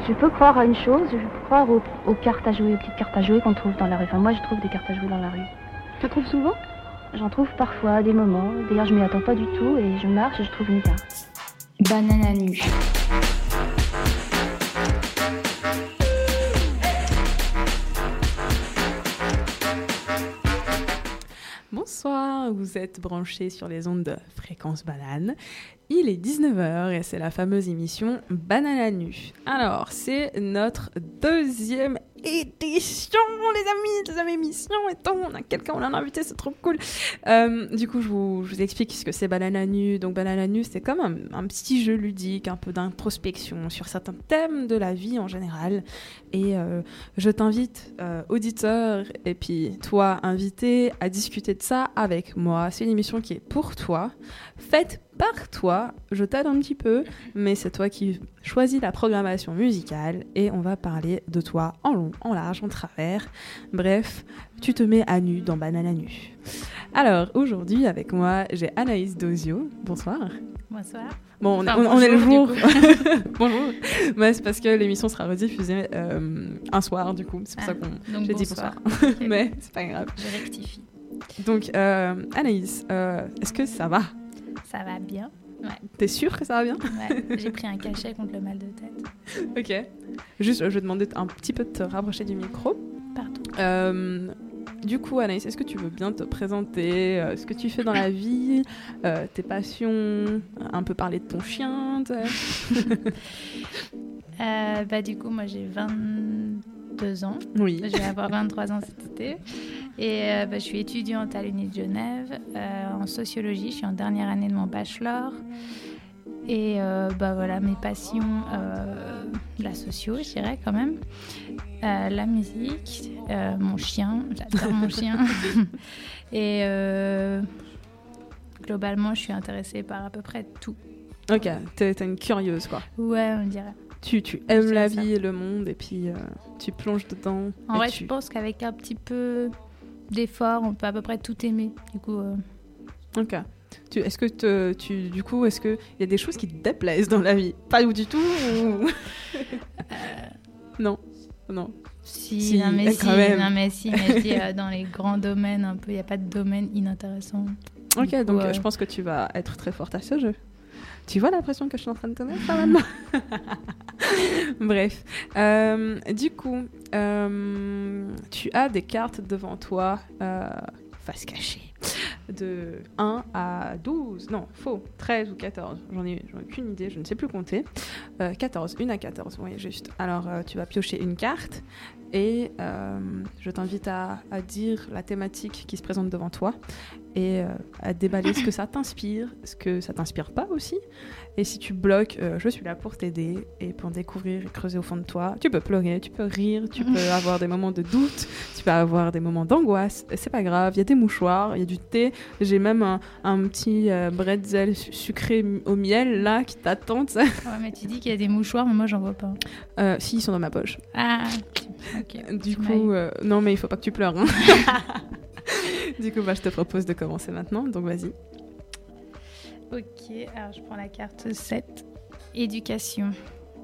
Je peux croire à une chose, je peux croire aux cartes à jouer, aux petites cartes à jouer qu'on trouve dans la rue. Enfin, moi, je trouve des cartes à jouer dans la rue. Tu en trouves souvent? J'en trouve parfois, à des moments. D'ailleurs, je m'y attends pas du tout et je marche et je trouve une carte. Banane nue. Bonsoir, vous êtes branchés sur les ondes de Fréquence Banane. Il est 19h et c'est la fameuse émission Banane à nu. Alors, c'est notre deuxième édition, les amis, émission. Et tant, on a quelqu'un, on l'a invité, c'est trop cool. Du coup, je vous explique ce que c'est Banane à nu. Donc, Banane à nu, c'est comme un petit jeu ludique, un peu d'introspection sur certains thèmes de la vie en général. Et je t'invite, auditeur, et puis toi, invité, à discuter de ça avec moi. C'est une émission qui est pour toi, faite par toi. Je t'aide un petit peu, mais c'est toi qui choisis la programmation musicale et on va parler de toi en long, en large, en travers. Bref, tu te mets à nu dans Banane à nu. Alors, aujourd'hui, avec moi, j'ai Anaïs Dozio. Bonsoir. Bonsoir. Bon, on Bonjour, est le jour. Bonjour. Ouais, c'est parce que l'émission sera rediffusée un soir, du coup. C'est pour ça qu'on j'ai dit bonsoir. Okay. Mais c'est pas grave. Je rectifie. Donc, Anaïs, est-ce que ça va? Ça va bien. Ouais. T'es sûre que ça va bien? Ouais, j'ai pris un cachet contre le mal de tête. Ok. Juste, je vais te demander un petit peu de te rapprocher du micro. Pardon. Du coup, Anaïs, est-ce que tu veux bien te présenter ce que tu fais dans la vie, tes passions, un peu parler de ton chien Du coup, moi, j'ai 22 ans. Oui. Je vais avoir 23 ans cet été. Et je suis étudiante à l'Uni de Genève en sociologie. Je suis en dernière année de mon bachelor. Et voilà, mes passions, la socio, je dirais quand même. La musique, mon chien, j'adore mon chien. Et globalement, je suis intéressée par à peu près tout. Ok, t'es une curieuse, quoi. Ouais, on dirait. Tu aimes la vie et le monde, et puis tu plonges dedans. En vrai, je pense qu'avec un petit peu d'effort, on peut à peu près tout aimer. Du coup. Ok. Est-ce qu'il y a des choses qui te déplaisent dans la vie? Pas du tout ou... Non. Si, mais je dis dans les grands domaines un peu, il n'y a pas de domaine inintéressant. Ok, donc je pense que tu vas être très forte à ce jeu. Tu vois la pression que je suis en train de te mettre là maintenant? Bref. Du coup, tu as des cartes devant toi, face cachée, de 1 à 12. Non, faux, 13 ou 14. J'en ai aucune idée, je ne sais plus compter. 14, 1 à 14, oui, juste. Alors, tu vas piocher une carte et je t'invite à dire la thématique qui se présente devant toi et à déballer ce que ça t'inspire, ce que ça t'inspire pas aussi. Et si tu bloques, je suis là pour t'aider et pour découvrir et creuser au fond de toi. Tu peux pleurer, tu peux rire, tu peux avoir des moments de doute, tu peux avoir des moments d'angoisse. C'est pas grave, il y a des mouchoirs, il y a du thé. J'ai même un petit bretzel sucré au miel là qui t'attend. Ouais, mais tu dis qu'il y a des mouchoirs, mais moi j'en vois pas. Si, ils sont dans ma poche. Ah, ok. Du coup, non mais il faut pas que tu pleures. Hein. Du coup, je te propose de commencer maintenant, donc vas-y. Ok, alors je prends la carte 7. Éducation.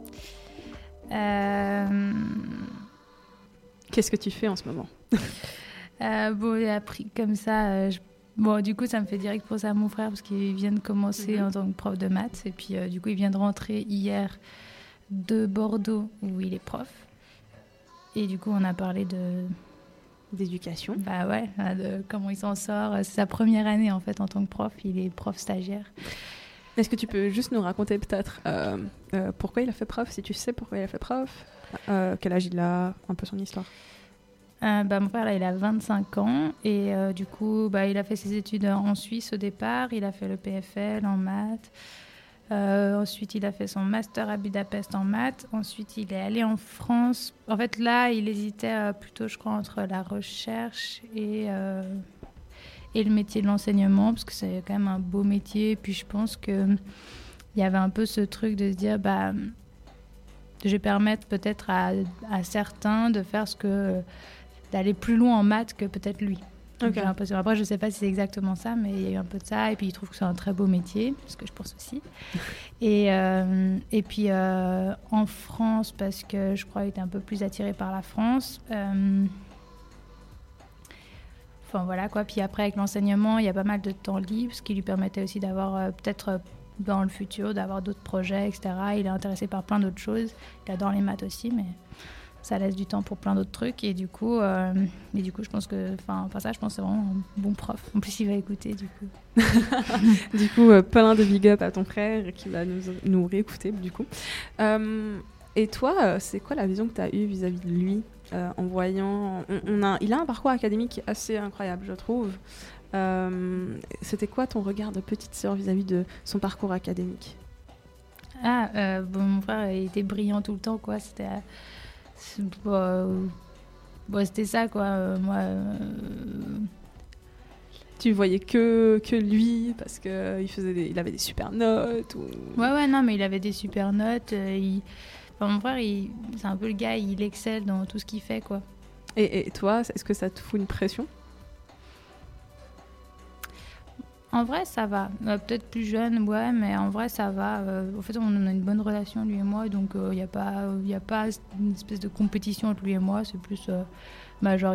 Qu'est-ce que tu fais en ce moment? J'ai appris comme ça. Du coup, ça me fait direct penser à mon frère parce qu'il vient de commencer en tant que prof de maths. Et puis, du coup, il vient de rentrer hier de Bordeaux où il est prof. Et du coup, on a parlé d'éducation. Bah ouais, de comment il s'en sort. C'est sa première année en fait en tant que prof. Il est prof stagiaire. Est-ce que tu peux juste nous raconter peut-être pourquoi il a fait prof, si tu sais pourquoi il a fait prof, quel âge il a, un peu son histoire? Mon frère là, il a 25 ans et du coup il a fait ses études en Suisse au départ. Il a fait le PFL en maths. Ensuite, il a fait son master à Budapest en maths. Ensuite, il est allé en France. En fait, là, il hésitait plutôt, je crois, entre la recherche et le métier de l'enseignement, parce que c'est quand même un beau métier. Et puis, je pense qu'il y avait un peu ce truc de se dire, je vais permettre peut-être à certains de faire d'aller plus loin en maths que peut-être lui. Ok. J'ai l'impression. Après, je sais pas si c'est exactement ça, mais il y a eu un peu de ça. Et puis, il trouve que c'est un très beau métier, ce que je pense aussi. Et puis, en France, parce que je crois qu'il était un peu plus attiré par la France. Enfin, voilà, quoi. Puis après, avec l'enseignement, il y a pas mal de temps libre, ce qui lui permettait aussi d'avoir, peut-être dans le futur, d'avoir d'autres projets, etc. Il est intéressé par plein d'autres choses. Il adore les maths aussi, mais ça laisse du temps pour plein d'autres trucs. Et du coup, je pense que... Enfin, ça, je pense que c'est vraiment un bon prof. En plus, il va écouter, du coup. Du coup, plein de big up à ton frère qui va nous réécouter, du coup. Et toi, c'est quoi la vision que tu as eue vis-à-vis de lui en voyant... il a un parcours académique assez incroyable, je trouve. C'était quoi ton regard de petite sœur vis-à-vis de son parcours académique? Mon frère il était brillant tout le temps, quoi. C'était ça, quoi. Moi, Tu voyais que lui parce qu'il avait des super notes ou... Ouais, non, mais il avait des super notes. Mon frère, c'est un peu le gars, il excelle dans tout ce qu'il fait, quoi. Et toi, est-ce que ça te fout une pression? En vrai, ça va. Peut-être plus jeune, ouais, mais en vrai, ça va. En fait, on a une bonne relation, lui et moi, donc il n'y a pas une espèce de compétition entre lui et moi. C'est plus, genre,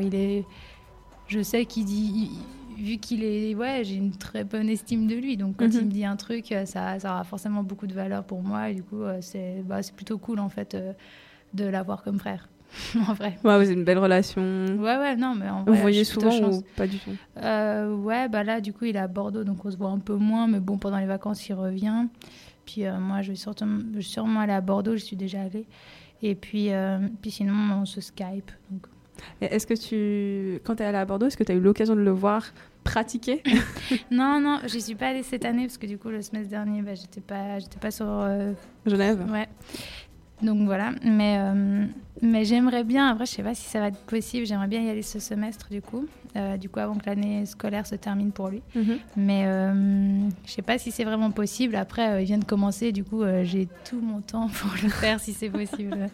je sais qu'il dit, vu qu'il est, ouais, j'ai une très bonne estime de lui, donc quand il me dit un truc, ça aura forcément beaucoup de valeur pour moi, et du coup, c'est plutôt cool, en fait, de l'avoir comme frère. En vrai. Ouais, vous avez une belle relation. Ouais, non, mais en vrai. Vous voyez souvent ou pas du tout? Ouais, là, du coup, il est à Bordeaux, donc on se voit un peu moins, mais bon, pendant les vacances, il revient. Puis moi, je vais sûrement aller à Bordeaux, je suis déjà allée. Et puis sinon, on se Skype. Donc. Et est-ce que quand tu es allée à Bordeaux, est-ce que tu as eu l'occasion de le voir pratiquer? Non, j'y suis pas allée cette année, parce que du coup, le semestre dernier, j'étais pas sur... Genève. Ouais. Donc voilà, mais j'aimerais bien, après je sais pas si ça va être possible, j'aimerais bien y aller ce semestre du coup avant que l'année scolaire se termine pour lui. Mais je sais pas si c'est vraiment possible, après il vient de commencer, du coup j'ai tout mon temps pour le faire si c'est possible.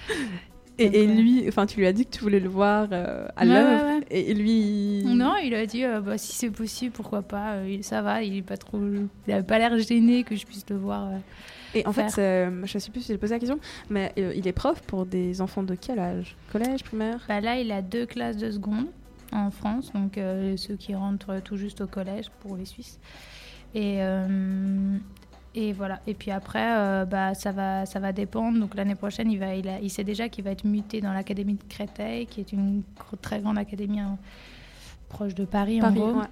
Et lui, enfin tu lui as dit que tu voulais le voir à l'œuvre, ouais. Et lui... Non, il a dit si c'est possible, pourquoi pas, ça va, il a pas l'air gêné que je puisse le voir. Et en fait, je sais plus si j'ai posé la question, mais il est prof pour des enfants de quel âge? Collège, primaire? Là, il a 2 classes de seconde en France, donc ceux qui rentrent tout juste au collège pour les Suisses. Et voilà. Et puis après, ça va dépendre. Donc l'année prochaine, il sait déjà qu'il va être muté dans l'académie de Créteil, qui est une très grande académie proche de Paris en gros.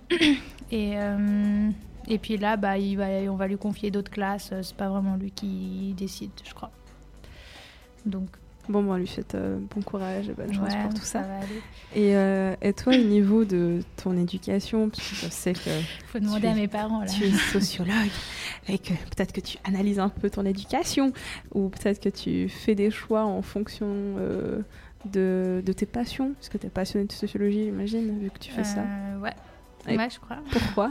Ouais. Et puis là, on va lui confier d'autres classes. C'est pas vraiment lui qui décide, je crois. Donc. Bon, moi, lui souhaite bon courage et bonne chance pour tout ça. Ça va aller. Et toi, au niveau de ton éducation, parce que je sais que... Faut demander à mes parents, là. Tu es sociologue, et que peut-être que tu analyses un peu ton éducation, ou peut-être que tu fais des choix en fonction de tes passions, parce que tu es passionnée de sociologie, j'imagine, vu que tu fais ça. Ouais, je crois. Pourquoi?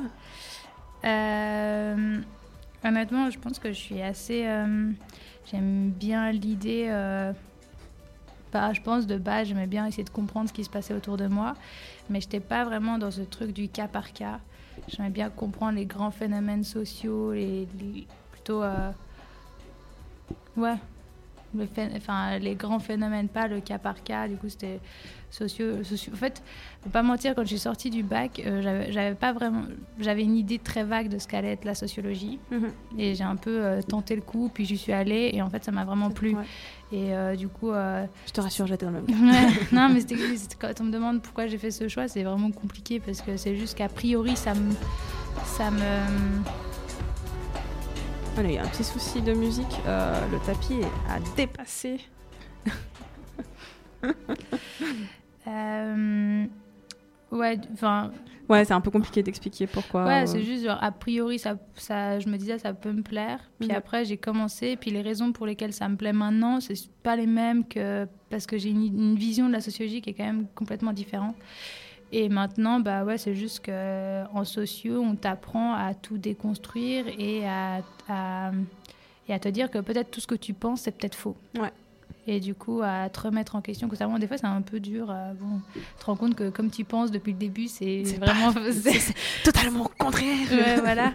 Honnêtement, je pense que je suis assez... j'aime bien l'idée... je pense de base, j'aimais bien essayer de comprendre ce qui se passait autour de moi, mais je n'étais pas vraiment dans ce truc du cas par cas. J'aimais bien comprendre les grands phénomènes sociaux, plutôt... Ouais. Les grands phénomènes, pas le cas par cas. Du coup, c'était sociaux. En fait, faut pas mentir, quand je suis sortie du bac, j'avais une idée très vague de ce qu'allait être la sociologie. Et j'ai un peu tenté le coup, puis j'y suis allée, et en fait, ça m'a vraiment plu. Ouais. Et du coup... Je te rassure, j'étais dans le même cas. Non, mais quand on me demande pourquoi j'ai fait ce choix, c'est vraiment compliqué, parce que c'est juste qu'a priori, ça me... Il y a un petit souci de musique. Le tapis a dépassé. Ouais, c'est un peu compliqué d'expliquer pourquoi. Ouais, c'est juste genre, a priori, ça, je me disais ça peut me plaire. Puis après, j'ai commencé. Puis les raisons pour lesquelles ça me plaît maintenant, c'est pas les mêmes que parce que j'ai une vision de la sociologie qui est quand même complètement différente. Et maintenant, c'est juste qu'en socio, on t'apprend à tout déconstruire et à te dire que peut-être tout ce que tu penses, c'est peut-être faux. Ouais. et du coup à te remettre en question constamment. Des fois, c'est un peu dur. Tu te rends compte que comme tu penses depuis le début, c'est vraiment... c'est totalement contraire. Ouais, voilà.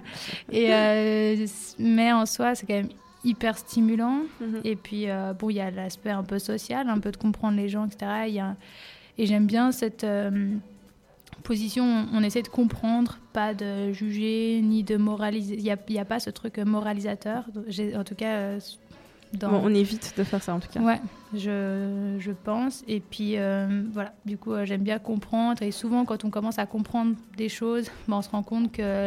Mais en soi, c'est quand même hyper stimulant. Et puis, il y a l'aspect un peu social, un peu de comprendre les gens, etc. Et j'aime bien cette... position, on essaie de comprendre, pas de juger ni de moraliser. Il y a pas ce truc moralisateur. En tout cas, on évite de faire ça en tout cas. Ouais, je pense. Et puis voilà, du coup, j'aime bien comprendre. Et souvent, quand on commence à comprendre des choses, on se rend compte que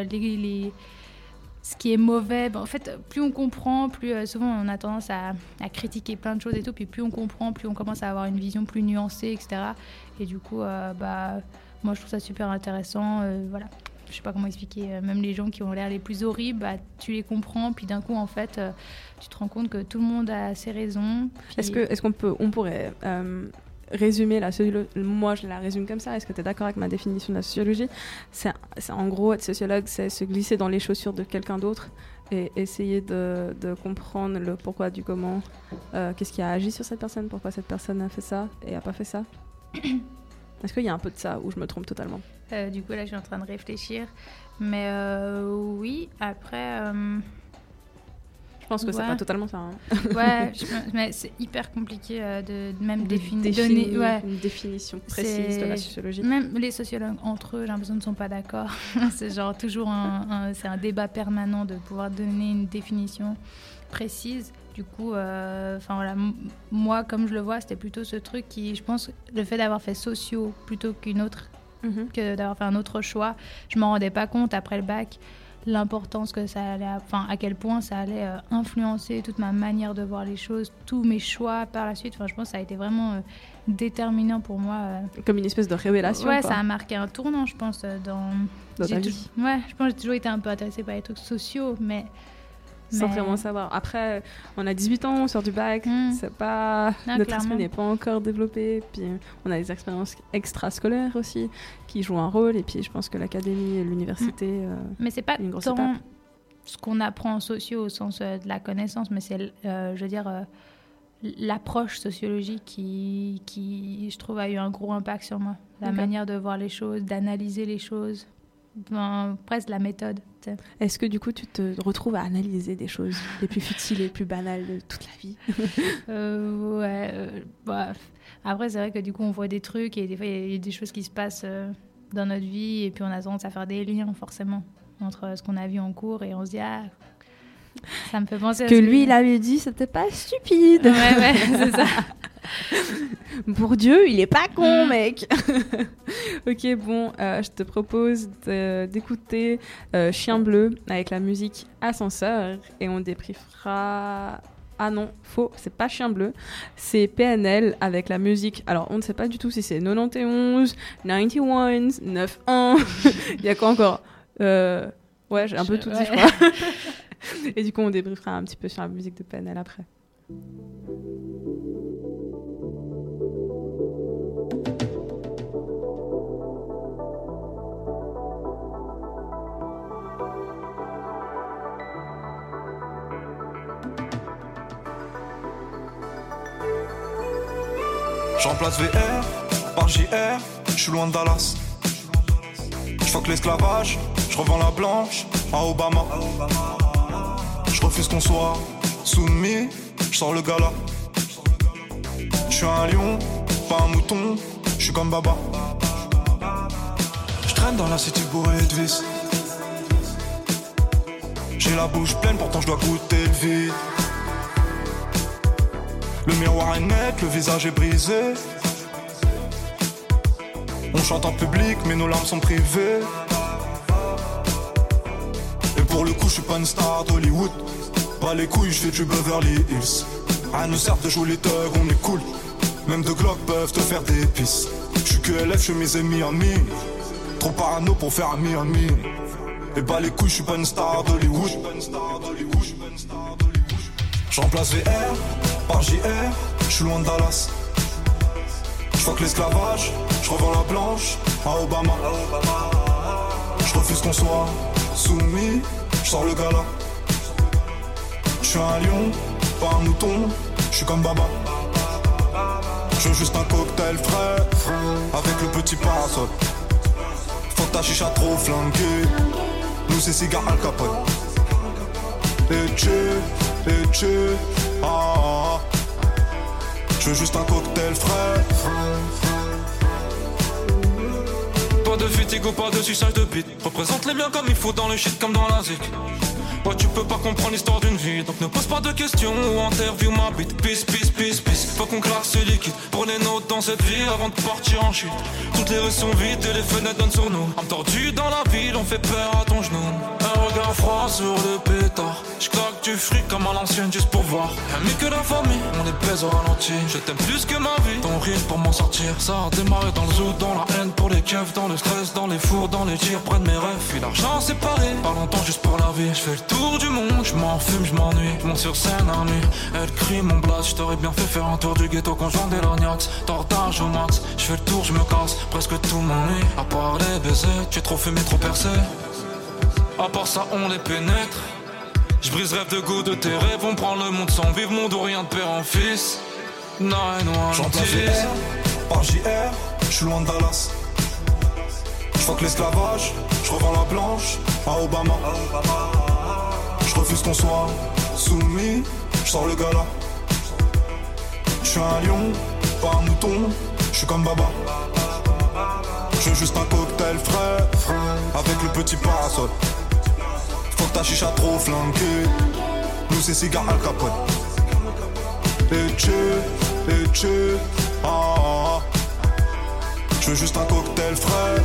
ce qui est mauvais, en fait, plus on comprend, plus souvent on a tendance à critiquer plein de choses et tout. Puis plus on comprend, plus on commence à avoir une vision plus nuancée, etc. Et du coup, moi, je trouve ça super intéressant. Voilà. Je sais pas comment expliquer. Même les gens qui ont l'air les plus horribles, tu les comprends. Puis d'un coup, en fait, tu te rends compte que tout le monde a ses raisons. Puis... Est-ce qu'on pourrait résumer la sociologie? Moi, je la résume comme ça. Est-ce que tu es d'accord avec ma définition de la sociologie? C'est en gros, être sociologue, c'est se glisser dans les chaussures de quelqu'un d'autre et essayer de comprendre le pourquoi du comment. Qu'est-ce qui a agi sur cette personne? Pourquoi cette personne a fait ça et a pas fait ça? Est-ce qu'il y a un peu de ça ou je me trompe totalement? Du coup, là, je suis en train de réfléchir. Mais oui, après... Je pense que c'est pas totalement ça. Hein. Ouais, mais c'est hyper compliqué de même définir une définition précise de la sociologie. Même les sociologues entre eux, j'ai l'impression, ne sont pas d'accord. C'est genre toujours c'est un débat permanent de pouvoir donner une définition précise. Du coup, voilà, moi, comme je le vois, c'était plutôt ce truc qui, je pense, le fait d'avoir fait sociaux plutôt qu'une autre, que d'avoir fait un autre choix, je m'en rendais pas compte après le bac, l'importance que ça allait, à quel point ça allait influencer toute ma manière de voir les choses, tous mes choix par la suite. Enfin, je pense que ça a été vraiment déterminant pour moi. Comme une espèce de révélation. Ouais, quoi. Ça a marqué un tournant, je pense, dans ta vie. Ouais, je pense que j'ai toujours été un peu intéressée par les trucs sociaux, mais sans vraiment savoir. Après, on a 18 ans, on sort du bac, c'est pas... notre esprit n'est pas encore développé. Puis on a des expériences extrascolaires aussi qui jouent un rôle. Et puis je pense que l'académie et l'université, mais c'est pas une grosse tant étape. Ce qu'on apprend en sociaux au sens de la connaissance, mais c'est, je veux dire, l'approche sociologique qui, je trouve, a eu un gros impact sur moi. La manière de voir les choses, d'analyser les choses. Presque la méthode. T'sais. Est-ce que du coup tu te retrouves à analyser des choses les plus futiles et les plus banales de toute la vie? Après c'est vrai que du coup on voit des trucs et des fois il y a des choses qui se passent dans notre vie et puis on a tendance à faire des liens forcément entre ce qu'on a vu en cours et on se dit ça me fait penser à que lui il avait dit c'était pas stupide. Ouais c'est ça. Pour Dieu, il est pas con, mec. Ok, bon, je te propose d'écouter Chien Bleu avec la musique Ascenseur et on débriefera... Ah non, faux, c'est pas Chien Bleu, c'est PNL avec la musique... Alors, on ne sait pas du tout si c'est 91, 91, 91... Il y a quoi encore Ouais, j'ai un peu tout dit, je crois. Et du coup, on débriefera un petit peu sur la musique de PNL après. Je remplace VR par JR, je suis loin de Dallas. Je fuck l'esclavage, je revends la blanche à Obama. Je refuse qu'on soit soumis, je sors le gala. Je suis un lion, pas un mouton, je suis comme Baba. Je traîne dans la city bourrée de vis. J'ai la bouche pleine, pourtant je dois goûter le vide. Le miroir est net, le visage est brisé. On chante en public, mais nos larmes sont privées. Et pour le coup, je suis pas une star d'Hollywood. Pas les couilles, je fais du Beverly Hills. Rien ne sert de jouer les thugs, on est cool. Même deux Glock peuvent te faire des pisses. Je suis que LF, je mes amis Miami. Trop parano pour faire un Miami. Et bah les couilles, je suis pas une star d'Hollywood. Je remplace VR par JR, je suis loin de Dallas. Je fuck l'esclavage, je revends la blanche à Obama. Je refuse qu'on soit soumis, je sors le gala. Je suis un lion, pas un mouton, je suis comme Baba. Je veux juste un cocktail frais, avec le petit parasol. Faut que ta chicha trop flanquée. Nous c'est cigare Al Capone. Ah. Je veux juste un cocktail frais. Pas de fatigue ou pas de suçage de bite. Représente les biens comme il faut dans le shit comme dans la zik. Ouais, tu peux pas comprendre l'histoire d'une vie, donc ne pose pas de questions ou interview ma bite. Peace, peace, peace, peace. Faut qu'on claque ce liquide. Prenez notes dans cette vie avant de partir en chute. Toutes les rues sont vides et les fenêtres donnent sur nous. Âme tordue dans la ville, on fait peur à ton genou. Un regard froid sur le pétard. J'claque du fric comme à l'ancienne juste pour voir. Amis que la famille, on les baise au ralenti. Je t'aime plus que ma vie, ton rire pour m'en sortir. Ça a démarré dans le zoo, dans la haine pour les keufs, dans le stress, dans les fours, dans les tirs, près de mes rêves. Puis l'argent séparé, pas longtemps juste pour la vie. J'fais le tour du monde, j'm'en fume, j'm'ennuie. J'monte sur scène à nuit, elle crie mon blast. J't'aurais bien fait faire un tour du ghetto quand j'vendais l'Ognax. Tortage au max, j'fais le tour, j'me casse. Presque tout m'ennuie, à part les baisers. Tu es trop fumé, trop percé. À part ça, on les pénètre. J'brise rêve de goût de tes rêves. On prend le monde sans vivre, monde ou rien de père en fils. J'emplace VR par JR, j'suis loin de Dallas. J'fuck l'esclavage, j'revends la blanche à Obama. J'refuse qu'on soit soumis, j'sors le gala. J'suis un lion, pas un mouton, j'suis comme Baba. J'veux juste un cocktail frais, avec le petit parasol. Faut que ta chicha trop flanquée. Nous c'est cigare Al Capone. Ah. Je veux juste un cocktail frais.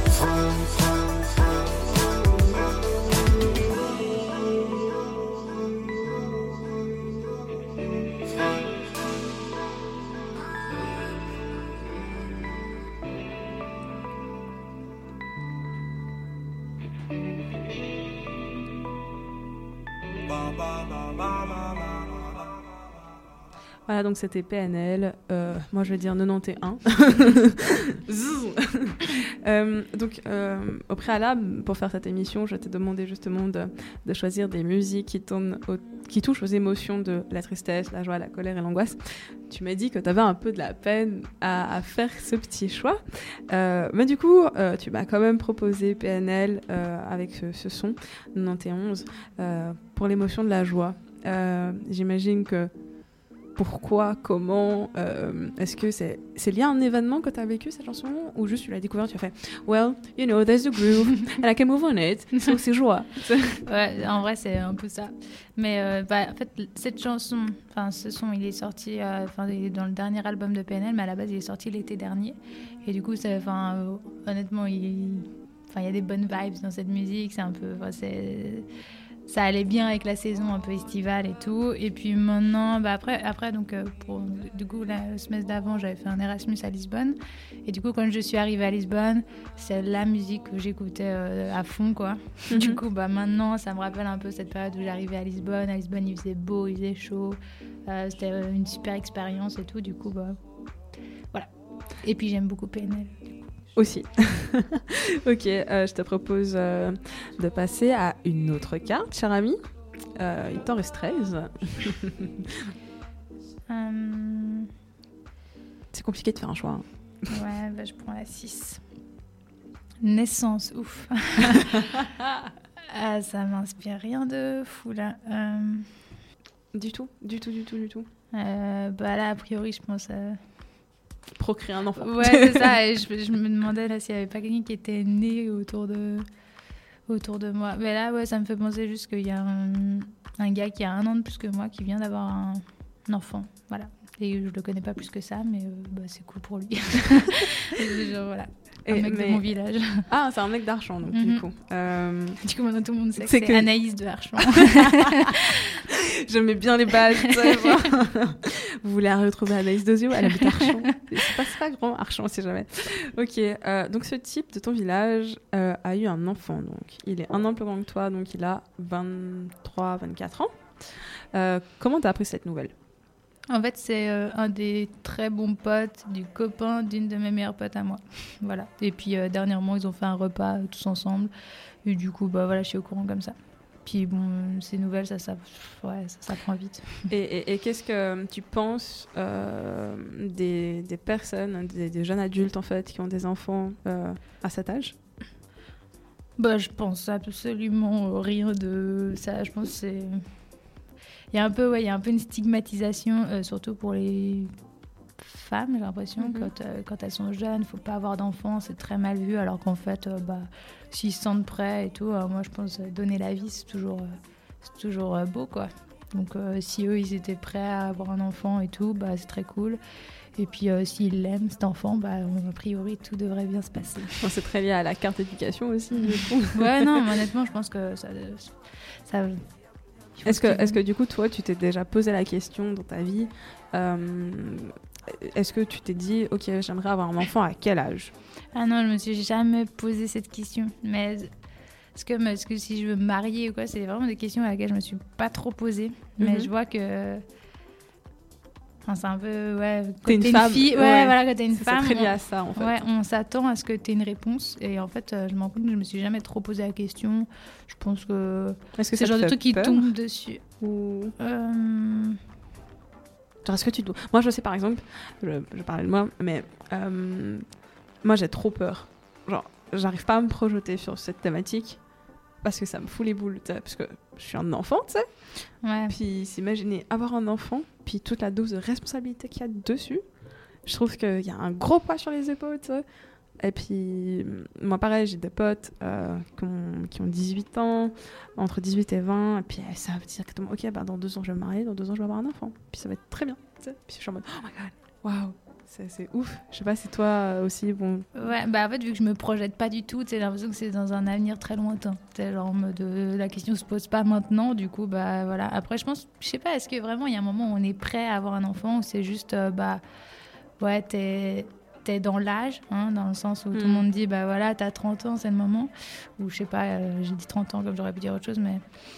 Voilà, donc c'était PNL. Moi, je vais dire 91. Au préalable, pour faire cette émission, je t'ai demandé justement de choisir des musiques qui touchent aux émotions de la tristesse, la joie, la colère et l'angoisse. Tu m'as dit que tu avais un peu de la peine à faire ce petit choix. Mais du coup, tu m'as quand même proposé PNL avec ce son 91 pour l'émotion de la joie. J'imagine que pourquoi, comment, est-ce que c'est lié à un événement que tu as vécu cette chanson ou juste tu l'as découvert, tu as fait well, you know, there's the groove and I can move on it, so c'est joie. Ouais, en vrai c'est un peu ça. Mais en fait cette chanson, ce son il est sorti il est dans le dernier album de PNL, mais à la base il est sorti l'été dernier et du coup honnêtement il y a des bonnes vibes dans cette musique, c'est un peu ça allait bien avec la saison un peu estivale et tout. Et puis maintenant, après donc, du coup, la semaine d'avant, j'avais fait un Erasmus à Lisbonne. Et du coup, quand je suis arrivée à Lisbonne, c'est la musique que j'écoutais à fond, quoi. Mm-hmm. Du coup, maintenant, ça me rappelle un peu cette période où j'arrivais à Lisbonne. À Lisbonne, il faisait beau, il faisait chaud. C'était une super expérience et tout. Du coup, voilà. Et puis, j'aime beaucoup PNL. Aussi. Ok, je te propose de passer à une autre carte, cher ami. Il t'en reste 13. C'est compliqué de faire un choix. Hein. Ouais, je prends la 6. Naissance, ouf. Ça m'inspire rien de fou, là. Du tout. Là, a priori, je pense... procréer un enfant. Ouais, c'est ça. Et je me demandais là s'il n'y avait pas quelqu'un qui était né autour de moi. Mais là, ouais, ça me fait penser juste qu'il y a un gars qui a 1 an de plus que moi qui vient d'avoir un enfant. Voilà. Et je le connais pas plus que ça, mais c'est cool pour lui. Genre, voilà. Un mec de mon village. Ah, c'est un mec d'Archamps, donc du coup. Du coup, maintenant tout le monde sait que c'est Anaïs de Archamps. Je mets bien les bases. Vous voulez retrouver Anaïs Dozio? Elle habite Archamps. C'est pas grand, Archamps, si jamais. Ok, donc ce type de ton village a eu un enfant. Donc. Il est 1 an plus grand que toi, donc il a 23-24 ans. Comment t'as appris cette nouvelle? En fait, c'est un des très bons potes du copain d'une de mes meilleures potes à moi. Voilà. Et puis, dernièrement, ils ont fait un repas tous ensemble. Et du coup, je suis au courant comme ça. Puis, ces nouvelles, ça prend vite. Et qu'est-ce que tu penses des personnes, des jeunes adultes en fait, qui ont des enfants à cet âge? Bah, je pense absolument rien de ça. Je pense que c'est... Il y a un peu une stigmatisation, surtout pour les femmes, j'ai l'impression. Quand elles sont jeunes, il ne faut pas avoir d'enfants, c'est très mal vu, alors qu'en fait, s'ils se sentent prêts et tout, moi je pense donner la vie, c'est toujours beau, quoi. Donc si eux, ils étaient prêts à avoir un enfant et tout, c'est très cool. Et puis s'ils l'aiment, cet enfant, a priori, tout devrait bien se passer. C'est très lié à la carte d'éducation aussi, du coup. Ouais, non, mais honnêtement, je pense que ça Est-ce que du coup, toi, tu t'es déjà posé la question dans ta vie, est-ce que tu t'es dit, ok, j'aimerais avoir un enfant à quel âge? Ah non, je me suis jamais posé cette question. Mais est-ce que si je veux me marier ou quoi, c'est vraiment des questions à laquelle je me suis pas trop posée. Mais je vois que... Enfin, c'est un peu... Ouais, quand t'es une femme, fille, voilà, quand t'es une femme... C'est très lié à ça, en fait. Ouais, on s'attend à ce que t'aies une réponse. Et en fait, je me rends compte que je me suis jamais trop posé la question. Je pense que... Est-ce que c'est le genre de truc qui tombe dessus. Ou... Genre, est-ce que tu dois... Moi, je sais, par exemple, je parlais de moi, mais moi, j'ai trop peur. Genre, j'arrive pas à me projeter sur cette thématique parce que ça me fout les boules, parce que je suis un enfant, tu sais. Ouais. Puis s'imaginer avoir un enfant, puis toute la dose de responsabilité qu'il y a dessus, je trouve qu'il y a un gros poids sur les épaules, tu sais. Et puis, moi, pareil, j'ai des potes qui ont 18 ans, entre 18 et 20, et puis elles savent directement, ok, dans 2 ans, je vais me marier, dans 2 ans, je vais avoir un enfant. Puis ça va être très bien, tu sais. Puis je suis en mode, oh my god, waouh, c'est ouf. Je sais pas si toi aussi, bon... Ouais, en fait, vu que je me projette pas du tout, j'ai l'impression que c'est dans un avenir très lointain. C'est genre en mode, la question se pose pas maintenant, du coup, voilà. Après, je sais pas, est-ce que vraiment il y a un moment où on est prêt à avoir un enfant, ou c'est juste, ouais, t'es dans l'âge, dans le sens où tout le monde dit, voilà, t'as 30 ans, c'est le moment. Ou je sais pas, j'ai dit 30 ans comme j'aurais pu dire autre chose, mais...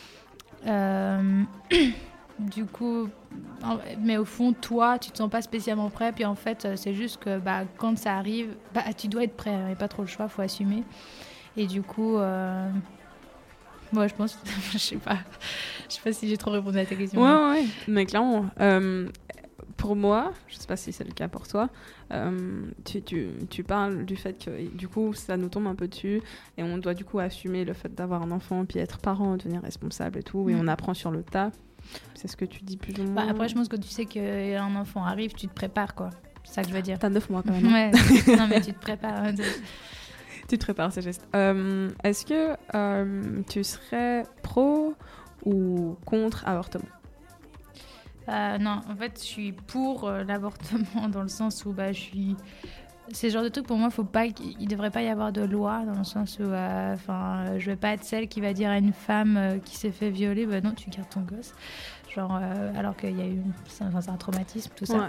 Du coup, mais au fond, toi, tu te sens pas spécialement prêt. Puis en fait, c'est juste que quand ça arrive, tu dois être prêt. Il n'y a pas trop le choix, il faut assumer. Et du coup, moi, je pense, je sais pas si j'ai trop répondu à ta question. Ouais, mais clairement, pour moi, je sais pas si c'est le cas pour toi, tu parles du fait que du coup, ça nous tombe un peu dessus et on doit du coup assumer le fait d'avoir un enfant, puis être parent, devenir responsable et tout, et on apprend sur le tas. C'est ce que tu dis plus ou moins. Après, je pense que tu sais qu'un enfant arrive, tu te prépares, quoi. C'est ça que je veux dire. T'as 9 mois quand même. Ouais, non, mais tu te prépares. Tu te prépares, c'est juste. Est-ce que tu serais pro ou contre avortement? Non, en fait, je suis pour l'avortement dans le sens où c'est le genre de truc, pour moi, il devrait pas y avoir de loi, dans le sens où je vais pas être celle qui va dire à une femme qui s'est fait violer, non, tu gardes ton gosse, genre, alors qu'il y a eu c'est un traumatisme, tout ça. Ouais.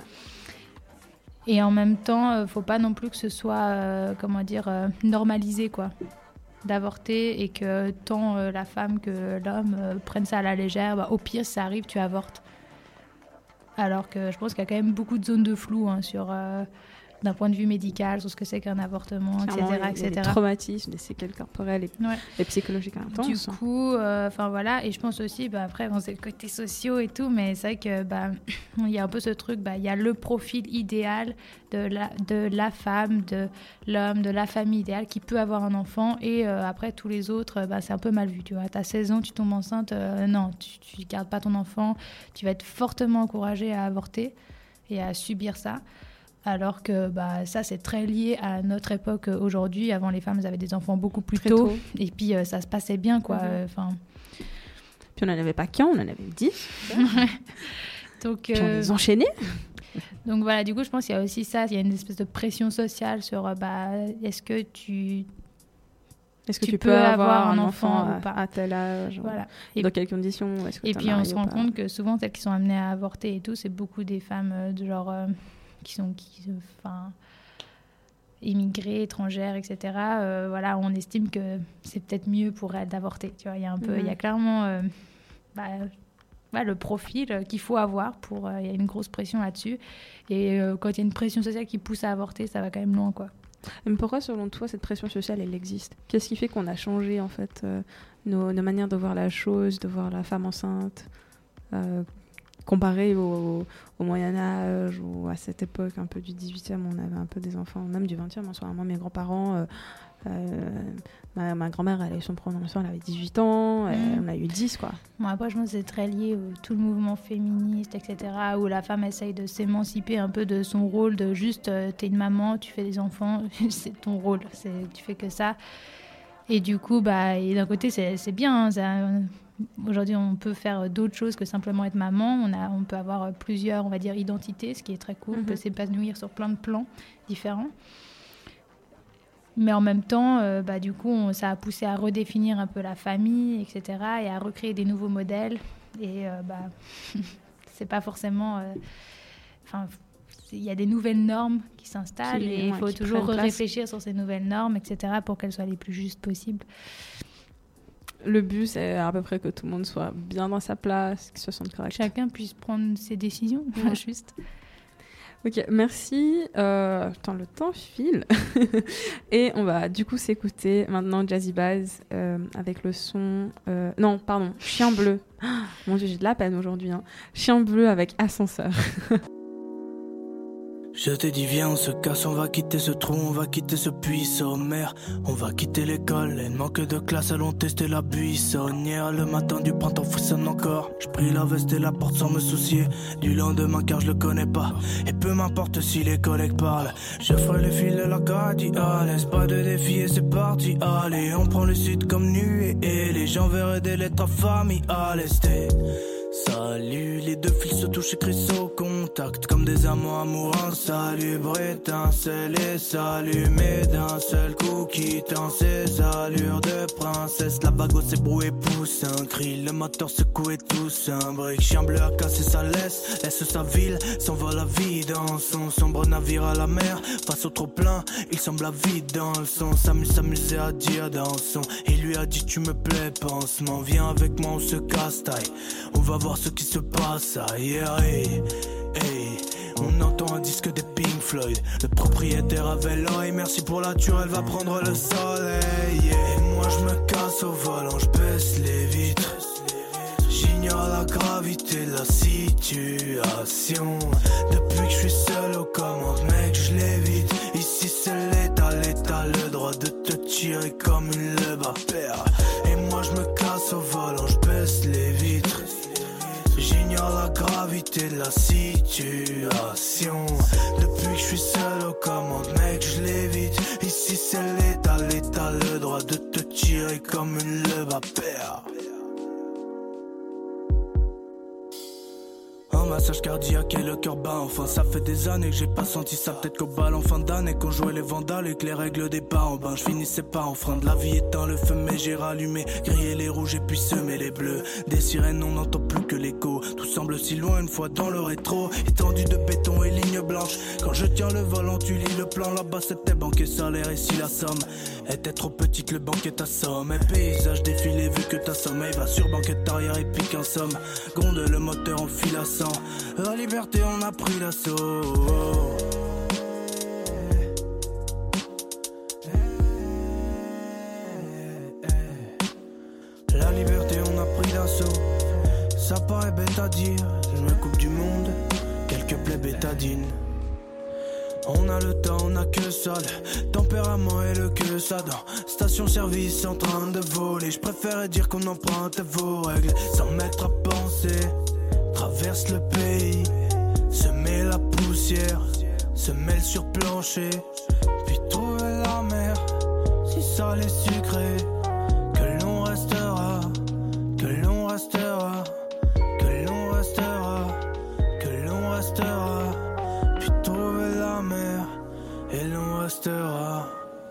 Et en même temps, faut pas non plus que ce soit normalisé, quoi, d'avorter, et que tant la femme que l'homme prennent ça à la légère. Au pire, si ça arrive, tu avortes. Alors que je pense qu'il y a quand même beaucoup de zones de flou sur d'un point de vue médical, sur ce que c'est qu'un avortement, etc. Il y a des traumatismes, des séquelles corporelles et psychologiques intenses. Du coup, voilà. Et je pense aussi, après, c'est le côté social et tout, mais c'est vrai que il y a un peu ce truc, il y a le profil idéal de la femme, de l'homme, de la famille idéale qui peut avoir un enfant, et après tous les autres, c'est un peu mal vu, tu vois. T'as 16 ans, tu tombes enceinte, non, tu gardes pas ton enfant, tu vas être fortement encouragée à avorter et à subir ça. Alors que ça, c'est très lié à notre époque aujourd'hui. Avant, les femmes avaient des enfants beaucoup plus tôt. Et puis, ça se passait bien, quoi. Puis, on n'en avait pas qu'un, on en avait 10. Donc, puis, on les enchaînait. Donc, voilà, du coup, je pense qu'il y a aussi ça. Il y a une espèce de pression sociale sur est-ce que tu peux avoir un enfant ou pas à tel âge, voilà. Dans quelles conditions, et puis, on se rend compte que souvent, celles qui sont amenées à avorter et tout, c'est beaucoup des femmes de genre... qui sont immigrées, étrangères, etc. On estime que c'est peut-être mieux pour elles d'avorter. Tu vois, il y a un peu, il y a clairement le profil qu'il faut avoir pour. Il y a une grosse pression là-dessus. Et quand il y a une pression sociale qui pousse à avorter, ça va quand même loin, quoi. Mais pourquoi, selon toi, cette pression sociale, elle existe? Qu'est-ce qui fait qu'on a changé, en fait, nos manières de voir la chose, de voir la femme enceinte? comparé au Moyen-Âge ou à cette époque un peu du 18e, on avait un peu des enfants, même du 20e. En soi, moi, mes grands-parents, ma grand-mère, elle a eu son premier enfant, elle avait 18 ans, on a eu 10, quoi. Bon, après, je pense que c'est très lié au tout le mouvement féministe, etc., où la femme essaye de s'émanciper un peu de son rôle de juste, t'es une maman, tu fais des enfants, c'est ton rôle, tu fais que ça. Et du coup, et d'un côté, c'est bien, hein, aujourd'hui, on peut faire d'autres choses que simplement être maman. On peut avoir plusieurs, on va dire, identités, ce qui est très cool. On peut s'épanouir sur plein de plans différents. Mais en même temps, du coup, ça a poussé à redéfinir un peu la famille, etc., et à recréer des nouveaux modèles. Et c'est pas forcément... il y a des nouvelles normes qui s'installent et il faut toujours réfléchir sur ces nouvelles normes, etc., pour qu'elles soient les plus justes possibles. Le but, c'est à peu près que tout le monde soit bien dans sa place, qu'il se sente correct. Chacun puisse prendre ses décisions, juste. Ok, merci. Le temps file. Et on va du coup s'écouter maintenant Jazzy Bass avec le son... Chien Bleu. Mon Dieu, j'ai de la peine aujourd'hui. Chien Bleu avec Ascenseur. Je t'ai dit viens on se casse, on va quitter ce trou, on va quitter ce puits sommaire. On va quitter l'école, et manque de classe, allons tester la buissonnière. Le matin du printemps frissonne encore. Je pris la veste et la porte sans me soucier du lendemain car je le connais pas. Et peu m'importe si les collègues parlent, je ferai le fil de la cardiale. Laisse pas de défi et c'est parti, allez. On prend le sud comme nuée et les gens verraient des lettres à famille à l'est. Salut, les deux fils se touchent et crissent au contact comme des amants amoureux. Salubre étincelle et s'allumer d'un seul coup, quittant ses allures de princesse. La bague au s'ébrouille et pousse un cri, le moteur secoue et tous un brick. Chien bleu a cassé sa laisse sa ville, s'envole à vide dans son sombre navire à la mer. Face au trop plein, il semble à vide dans le son. S'amuser à dire dans son, il lui a dit tu me plais pansement. Viens avec moi on se casse taille, on va voir ce qui se passe ailleurs. On entend un disque des Pink Floyd. Le propriétaire avait l'oreille, merci pour la ture, elle va prendre le soleil. Et moi je me casse au volant, je baisse les vitres. J'ignore la gravité de la situation. Depuis que je suis seul aux commandes, mec, je l'évite. Ici c'est l'état, le droit de te tirer comme une lèvre à paire. Et moi je me casse au volant, je baisse les vitres. J'ignore la gravité de la situation. Depuis que je suis seul aux commandes, mec, je l'évite. Ici c'est l'état, le droit de te tirer comme une lèvre à paire. Un massage cardiaque et le cœur bat enfin. Ça fait des années que j'ai pas senti ça. Peut-être qu'au bal en fin d'année, qu'on jouait les vandales et que les règles des pas en bain, je finissais pas en frein. De la vie éteint le feu mais j'ai rallumé, grillé les rouges et puis semé les bleus. Des sirènes on n'entend plus que l'écho. Tout semble si loin une fois dans le rétro. Étendu de béton et ligne blanche. Quand je tiens le volant tu lis le plan. Là-bas c'était banquier salaire et si la somme était trop petite le banquier t'assomme. Et paysage défilé vu que ta sommeil va sur banquette arrière et pique en somme. Gonde le moteur en fil à 100. La liberté on a pris l'assaut. La liberté on a pris l'assaut. Ça paraît bête à dire, je me coupe du monde, quelques plaies bétadines. On a le temps, on n'a que ça, le tempérament et le que ça dans station-service en train de voler. Je préférais dire qu'on emprunte vos règles sans mettre à penser. Traverse le pays, semer la poussière, se mêle sur plancher, puis trouver la mer. Si ça les sucré, que l'on restera, que l'on restera, que l'on restera, que l'on restera, puis trouver la mer, et l'on restera.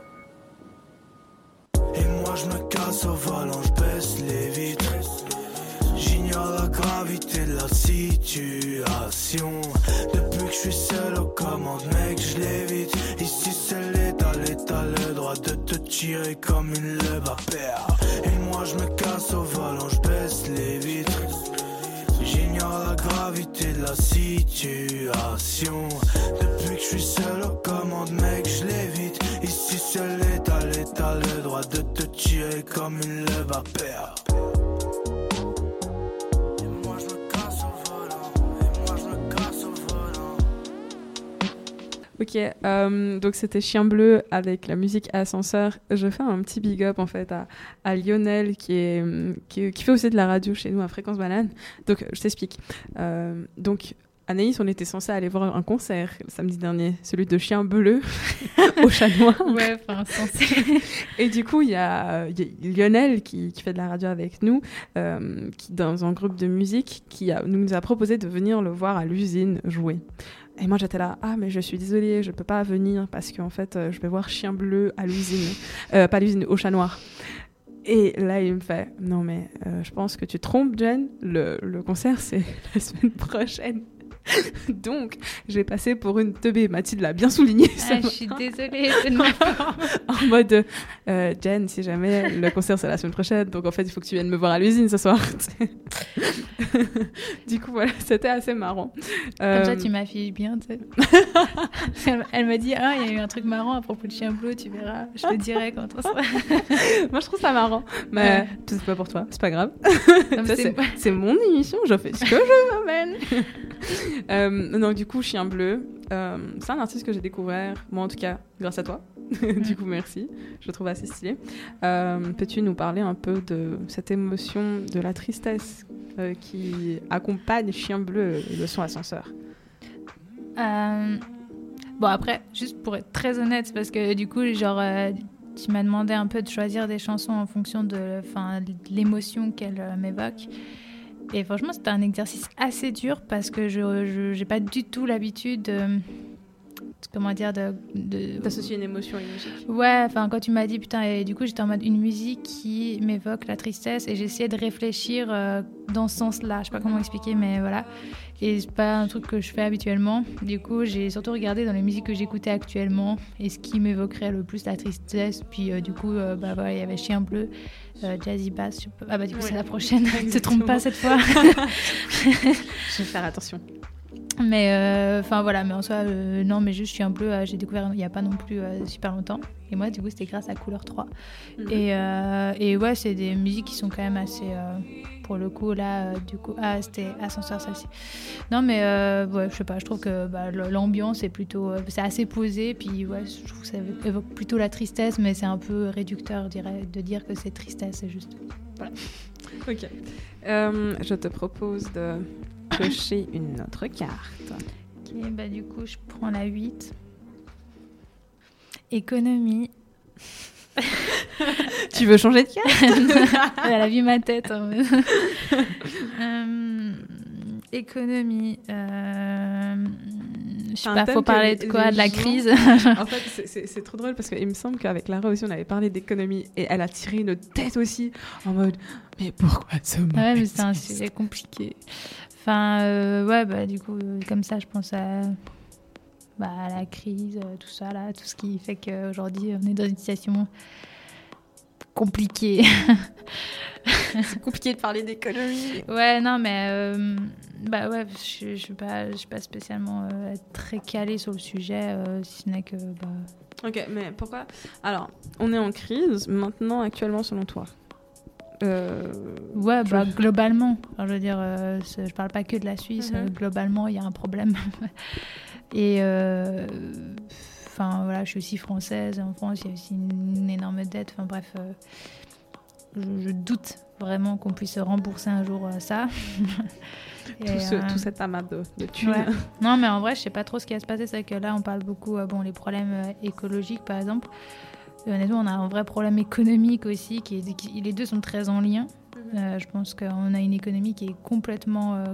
Et moi je me casse au volant, je baisse les vitres. J'ignore la gravité de la situation. Depuis que je suis seul aux commandes, mec, je l'évite. Ici c'est l'état, le droit de te tirer comme une lèvre à paire. Et moi je me casse au volant, je baisse les vitres. J'ignore la gravité de la situation. Depuis que je suis seul aux commandes, mec, je l'évite. Ici c'est l'état, le droit de te tirer comme une lèvre à paire. Et moi je me casse au volant. Ok, donc c'était Chien Bleu avec la musique Ascenseur. Je fais un petit big up en fait à Lionel qui fait aussi de la radio chez nous à Fréquence Banane. Donc je t'explique. Donc Anaïs, on était censé aller voir un concert le samedi dernier, celui de Chien Bleu au Chat Noir. Ouais, enfin censé. Et du coup, il y a Lionel qui fait de la radio avec nous, qui dans un groupe de musique, qui nous a proposé de venir le voir à l'usine jouer. Et moi j'étais là, mais je suis désolée, je peux pas venir parce qu'en fait je vais voir Chien Bleu à l'usine, pas l'usine, au Chat Noir. Et là il me fait, non mais je pense que tu te trompes Jen, le concert c'est la semaine prochaine. Donc j'ai passé pour une teubée, Mathilde l'a bien souligné. Je suis désolée, c'est de ma part. En mode Jen, si jamais le concert c'est la semaine prochaine, donc en fait il faut que tu viennes me voir à l'usine ce soir. Du coup voilà, c'était assez marrant. Comme ça tu m'affiches bien, tu sais. Elle m'a dit, il y a eu un truc marrant à propos de Chien Bleu, tu verras, je te dirai quand on sera. Moi je trouve ça marrant, mais c'est pas pour toi, c'est pas grave. Non, ça, c'est mon émission, je fais ce que je m'amène. Donc du coup Chien Bleu, c'est un artiste que j'ai découvert, moi en tout cas grâce à toi. Du coup merci, je le trouve assez stylé. Peux-tu nous parler un peu de cette émotion de la tristesse qui accompagne Chien Bleu et le son Ascenseur? Bon après, juste pour être très honnête, parce que du coup genre tu m'as demandé un peu de choisir des chansons en fonction de l'émotion qu'elle m'évoque. Et franchement, c'était un exercice assez dur parce que je n'ai pas du tout l'habitude d'associer une émotion à une musique. Ouais, enfin quand tu m'as dit putain, et du coup j'étais en mode une musique qui m'évoque la tristesse et j'essayais de réfléchir dans ce sens-là. Je sais pas comment expliquer, mais voilà. Et c'est pas un truc que je fais habituellement. Du coup, j'ai surtout regardé dans les musiques que j'écoutais actuellement et ce qui m'évoquerait le plus la tristesse. Puis du coup, voilà, il y avait Chien Bleu, Jazzy Bass. Du coup c'est la prochaine. Ne te trompe pas cette fois. Je vais faire attention. Mais voilà, mais en soi non, mais juste Chien Bleu, j'ai découvert il y a pas non plus super longtemps, et moi du coup c'était grâce à Couleur 3. Et ouais, c'est des musiques qui sont quand même assez pour le coup là c'était Ascenseur celle-ci. Non mais ouais, je sais pas, je trouve que l'ambiance est plutôt c'est assez posé, puis ouais, je trouve que ça évoque plutôt la tristesse, mais c'est un peu réducteur de dire que c'est tristesse, c'est juste voilà. Ok, je te propose de cocher une autre carte. Ok, du coup, je prends la 8. Économie. Tu veux changer de carte? Elle a vu ma tête. Économie. Je sais pas, faut parler de quoi? De la crise? En fait, c'est trop drôle parce qu'il me semble qu'avec Lara aussi, on avait parlé d'économie et elle a tiré une tête aussi en mode mais pourquoi ce mot? Ouais, mais c'est un sujet compliqué. Enfin, ouais, du coup, comme ça, je pense à la crise, tout ça, là, tout ce qui fait qu'aujourd'hui, on est dans une situation compliquée. C'est compliqué de parler d'économie. Ouais, non, mais ouais, je suis pas spécialement très calée sur le sujet, si ce n'est que... Ok, mais pourquoi? Alors, on est en crise maintenant, actuellement, selon toi? Ouais, globalement. Alors, je veux dire, je parle pas que de la Suisse. Globalement, il y a un problème. Et voilà, je suis aussi française. En France, il y a aussi une énorme dette. Enfin bref, je doute vraiment qu'on puisse rembourser un jour ça. Tout cet amas de thunes. Ouais. Non, mais en vrai, je sais pas trop ce qui va se passer. C'est que là, on parle beaucoup les problèmes écologiques, par exemple. Honnêtement, on a un vrai problème économique aussi, les deux sont très en lien. Je pense qu'on a une économie qui est complètement,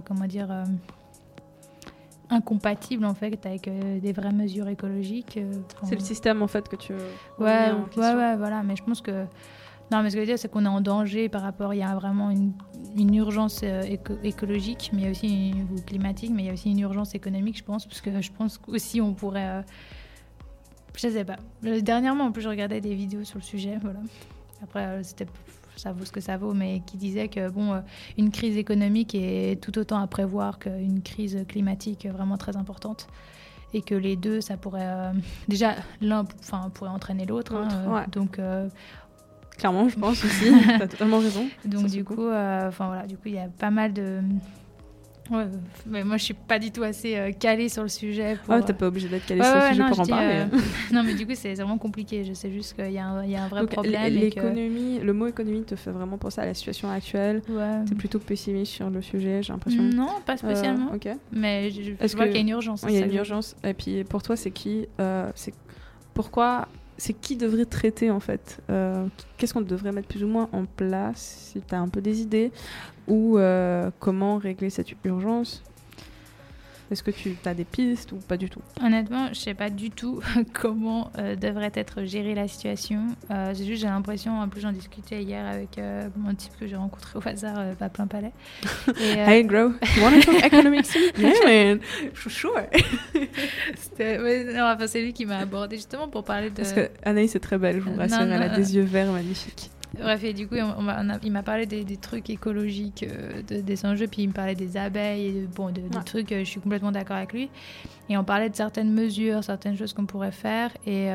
incompatible en fait avec des vraies mesures écologiques. C'est le système en fait que tu ouais, voilà. Mais je pense que non, mais ce que je veux dire, c'est qu'on est en danger par rapport. Il y a vraiment une urgence écologique, mais il y a aussi ou climatique, mais il y a aussi une urgence économique, je pense, parce que je pense qu'aussi on pourrait. Je sais pas. Dernièrement, en plus, je regardais des vidéos sur le sujet. Voilà. Après, ça vaut ce que ça vaut, mais qui disait que une crise économique est tout autant à prévoir qu'une crise climatique vraiment très importante, et que les deux, ça pourrait déjà l'un, pourrait entraîner l'autre. Ouais. Donc clairement, je pense aussi. T'as totalement raison. Donc du coup, voilà, du coup, il y a pas mal Ouais, mais moi je suis pas du tout assez calée sur le sujet. T'es pas obligée d'être calée sur le sujet pour en parler. Non, mais du coup c'est vraiment compliqué. Je sais juste qu'il y a un vrai problème. L'économie, le mot économie te fait vraiment penser à la situation actuelle. Ouais. T'es plutôt pessimiste sur le sujet, j'ai l'impression. Non, pas spécialement. Ok. Mais je vois qu'il y a une urgence. Il y a une urgence. Et puis pour toi, c'est qui c'est qui devrait traiter en fait qu'est-ce qu'on devrait mettre plus ou moins en place, si tu as un peu des idées, ou comment régler cette urgence? Est-ce que tu as des pistes ou pas du tout? Honnêtement, je sais pas du tout comment devrait être gérée la situation. C'est juste, j'ai l'impression, en plus j'en discutais hier avec mon type que j'ai rencontré au hasard à Plein Palais. Hey Grow, you wanna talk economics? Yeah man, sure. C'est lui qui m'a abordé justement pour parler de... Parce que Anaïs est très belle, je vous rassure, elle a des yeux verts magnifiques. Bref, et du coup, il m'a parlé des trucs écologiques, des enjeux, puis il me parlait des abeilles, des trucs, je suis complètement d'accord avec lui. Et on parlait de certaines mesures, certaines choses qu'on pourrait faire. Et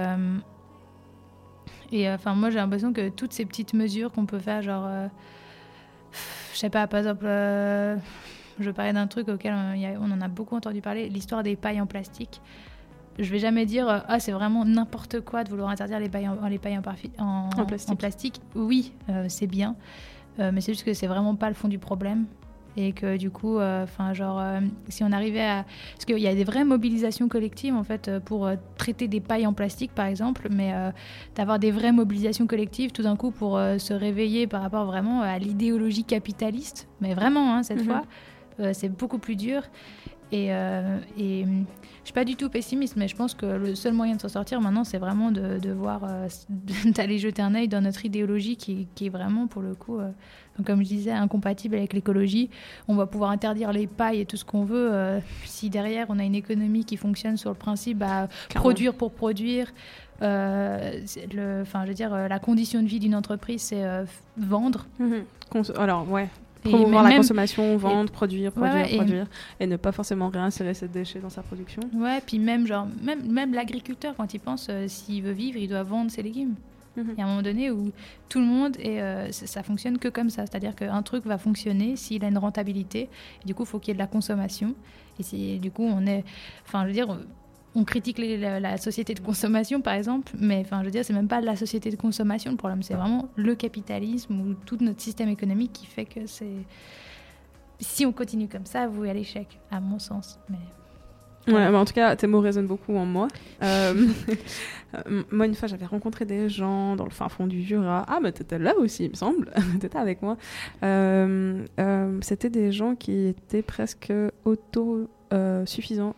moi, j'ai l'impression que toutes ces petites mesures qu'on peut faire, genre, je sais pas, par exemple, je parlais d'un truc auquel on en a beaucoup entendu parler, l'histoire des pailles en plastique. Je vais jamais dire c'est vraiment n'importe quoi de vouloir interdire les pailles en plastique. Oui, c'est bien, mais c'est juste que c'est vraiment pas le fond du problème et que du coup, si on arrivait à, parce qu'il y a des vraies mobilisations collectives en fait pour traiter des pailles en plastique par exemple, mais d'avoir des vraies mobilisations collectives tout d'un coup pour se réveiller par rapport vraiment à l'idéologie capitaliste, mais vraiment cette fois, c'est beaucoup plus dur. Et je suis pas du tout pessimiste, mais je pense que le seul moyen de s'en sortir maintenant, c'est vraiment de voir, d'aller jeter un œil dans notre idéologie qui est vraiment, pour le coup, donc comme je disais, incompatible avec l'écologie. On va pouvoir interdire les pailles et tout ce qu'on veut. Si derrière, on a une économie qui fonctionne sur le principe produire pour produire. La condition de vie d'une entreprise, c'est vendre. Alors, ouais. Promouvoir la consommation, vendre, produire, et ne pas forcément réinsérer ces déchets dans sa production. Ouais, puis même l'agriculteur, quand il pense, s'il veut vivre, il doit vendre ses légumes. Il y a un moment donné où tout le monde, ça fonctionne que comme ça. C'est-à-dire qu'un truc va fonctionner s'il a une rentabilité. Et du coup, il faut qu'il y ait de la consommation. Et du coup, on critique la société de consommation, par exemple, mais c'est même pas la société de consommation le problème, c'est vraiment le capitalisme ou tout notre système économique qui fait que c'est... Si on continue comme ça, voué à l'échec, à mon sens. Mais en tout cas, tes mots résonnent beaucoup en moi. Moi, une fois, j'avais rencontré des gens dans le fin fond du Jura. Ah, mais t'étais là aussi, il me semble. T'étais avec moi. C'était des gens qui étaient presque suffisants,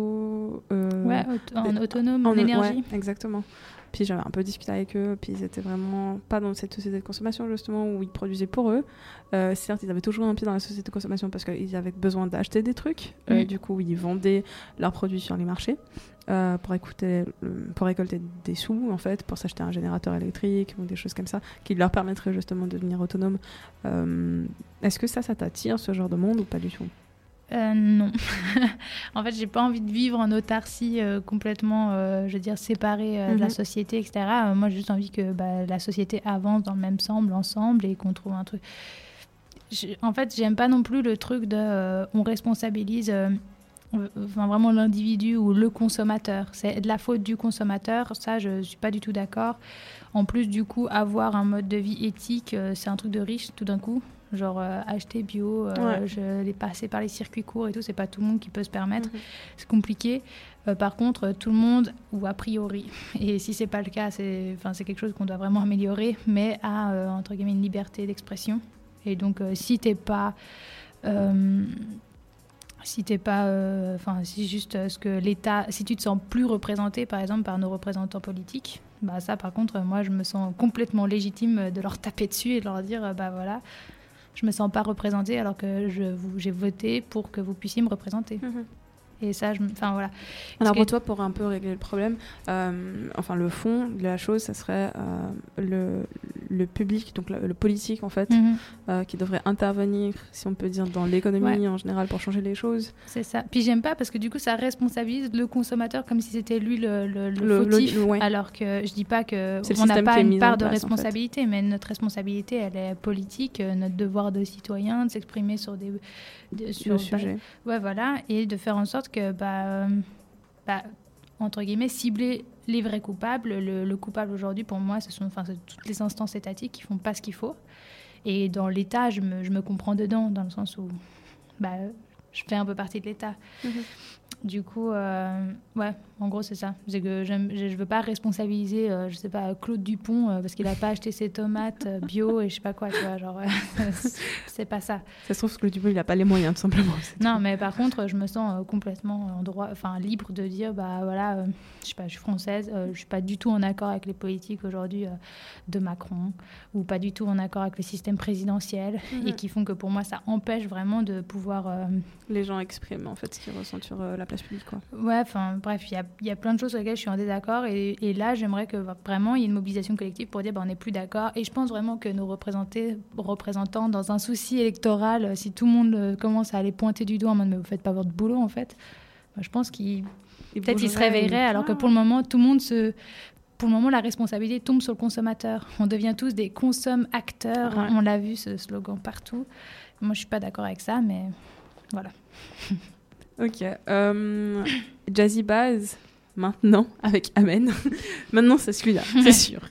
autonome en énergie. Ouais, exactement. Puis j'avais un peu discuté avec eux, puis ils étaient vraiment pas dans cette société de consommation justement où ils produisaient pour eux. Certes, ils avaient toujours un pied dans la société de consommation parce qu'ils avaient besoin d'acheter des trucs. Du coup, ils vendaient leurs produits sur les marchés pour récolter des sous en fait, pour s'acheter un générateur électrique ou des choses comme ça qui leur permettraient justement de devenir autonomes. Est-ce que ça t'attire, ce genre de monde, ou pas du tout? Non. En fait, j'ai pas envie de vivre en autarcie complètement, séparée de la société, etc. Moi, j'ai juste envie que la société avance dans le même ensemble et qu'on trouve un truc. En fait, j'aime pas non plus le truc de on responsabilise vraiment l'individu ou le consommateur. C'est de la faute du consommateur. Ça, je suis pas du tout d'accord. En plus, du coup, avoir un mode de vie éthique, c'est un truc de riche tout d'un coup. Genre acheter bio, passer par les circuits courts et tout, c'est pas tout le monde qui peut se permettre. C'est compliqué. Par contre, tout le monde, ou a priori, et si c'est pas le cas, c'est quelque chose qu'on doit vraiment améliorer, mais a entre guillemets une liberté d'expression. Et donc si tu te sens plus représenté par exemple par nos représentants politiques, ça par contre moi je me sens complètement légitime de leur taper dessus et de leur dire voilà, je me sens pas représentée alors que j'ai voté pour que vous puissiez me représenter. Et ça, voilà. Alors pour toi, pour un peu régler le problème, le fond de la chose, ça serait le public, donc le politique en fait, qui devrait intervenir, si on peut dire, dans l'économie en général pour changer les choses. C'est ça. Puis j'aime pas parce que du coup ça responsabilise le consommateur comme si c'était lui le fautif, alors que je dis pas que on n'a pas une part de responsabilité, mais notre responsabilité elle est politique, notre devoir de citoyen de s'exprimer sur sur le sujet. Voilà, et de faire en sorte que entre guillemets, cibler les vrais coupables. Le coupable aujourd'hui, pour moi, c'est toutes les instances étatiques qui font pas ce qu'il faut. Et dans l'État, je me comprends dedans, dans le sens où je fais un peu partie de l'État. Du coup, en gros, c'est ça. C'est que je veux pas responsabiliser, je sais pas, Claude Dupont parce qu'il a pas acheté ses tomates bio et je sais pas quoi, tu vois, genre, c'est pas ça. Ça se trouve que Claude Dupont, il a pas les moyens, tout simplement. Non, mais par contre, je me sens complètement libre de dire, je sais pas, je suis française, je suis pas du tout en accord avec les politiques aujourd'hui de Macron, ou pas du tout en accord avec le système présidentiel, et qui font que pour moi, ça empêche vraiment de pouvoir... les gens expriment, en fait, ce qu'ils ressentent sur la place publique, quoi. Ouais, enfin, bref, il y a plein de choses sur lesquelles je suis en désaccord, et là, j'aimerais que vraiment, il y ait une mobilisation collective pour dire, on n'est plus d'accord, et je pense vraiment que nos représentants, dans un souci électoral, si tout le monde commence à aller pointer du doigt en mode, mais vous faites pas votre boulot, en fait, je pense peut-être qu'ils se réveilleraient, alors que pour le moment, pour le moment, la responsabilité tombe sur le consommateur. On devient tous des consomme-acteurs. Ouais. On l'a vu, ce slogan partout. Moi, je ne suis pas d'accord avec ça, mais voilà. Ok. Jazzy Bass, maintenant, avec Amen. Maintenant, c'est celui-là, c'est sûr.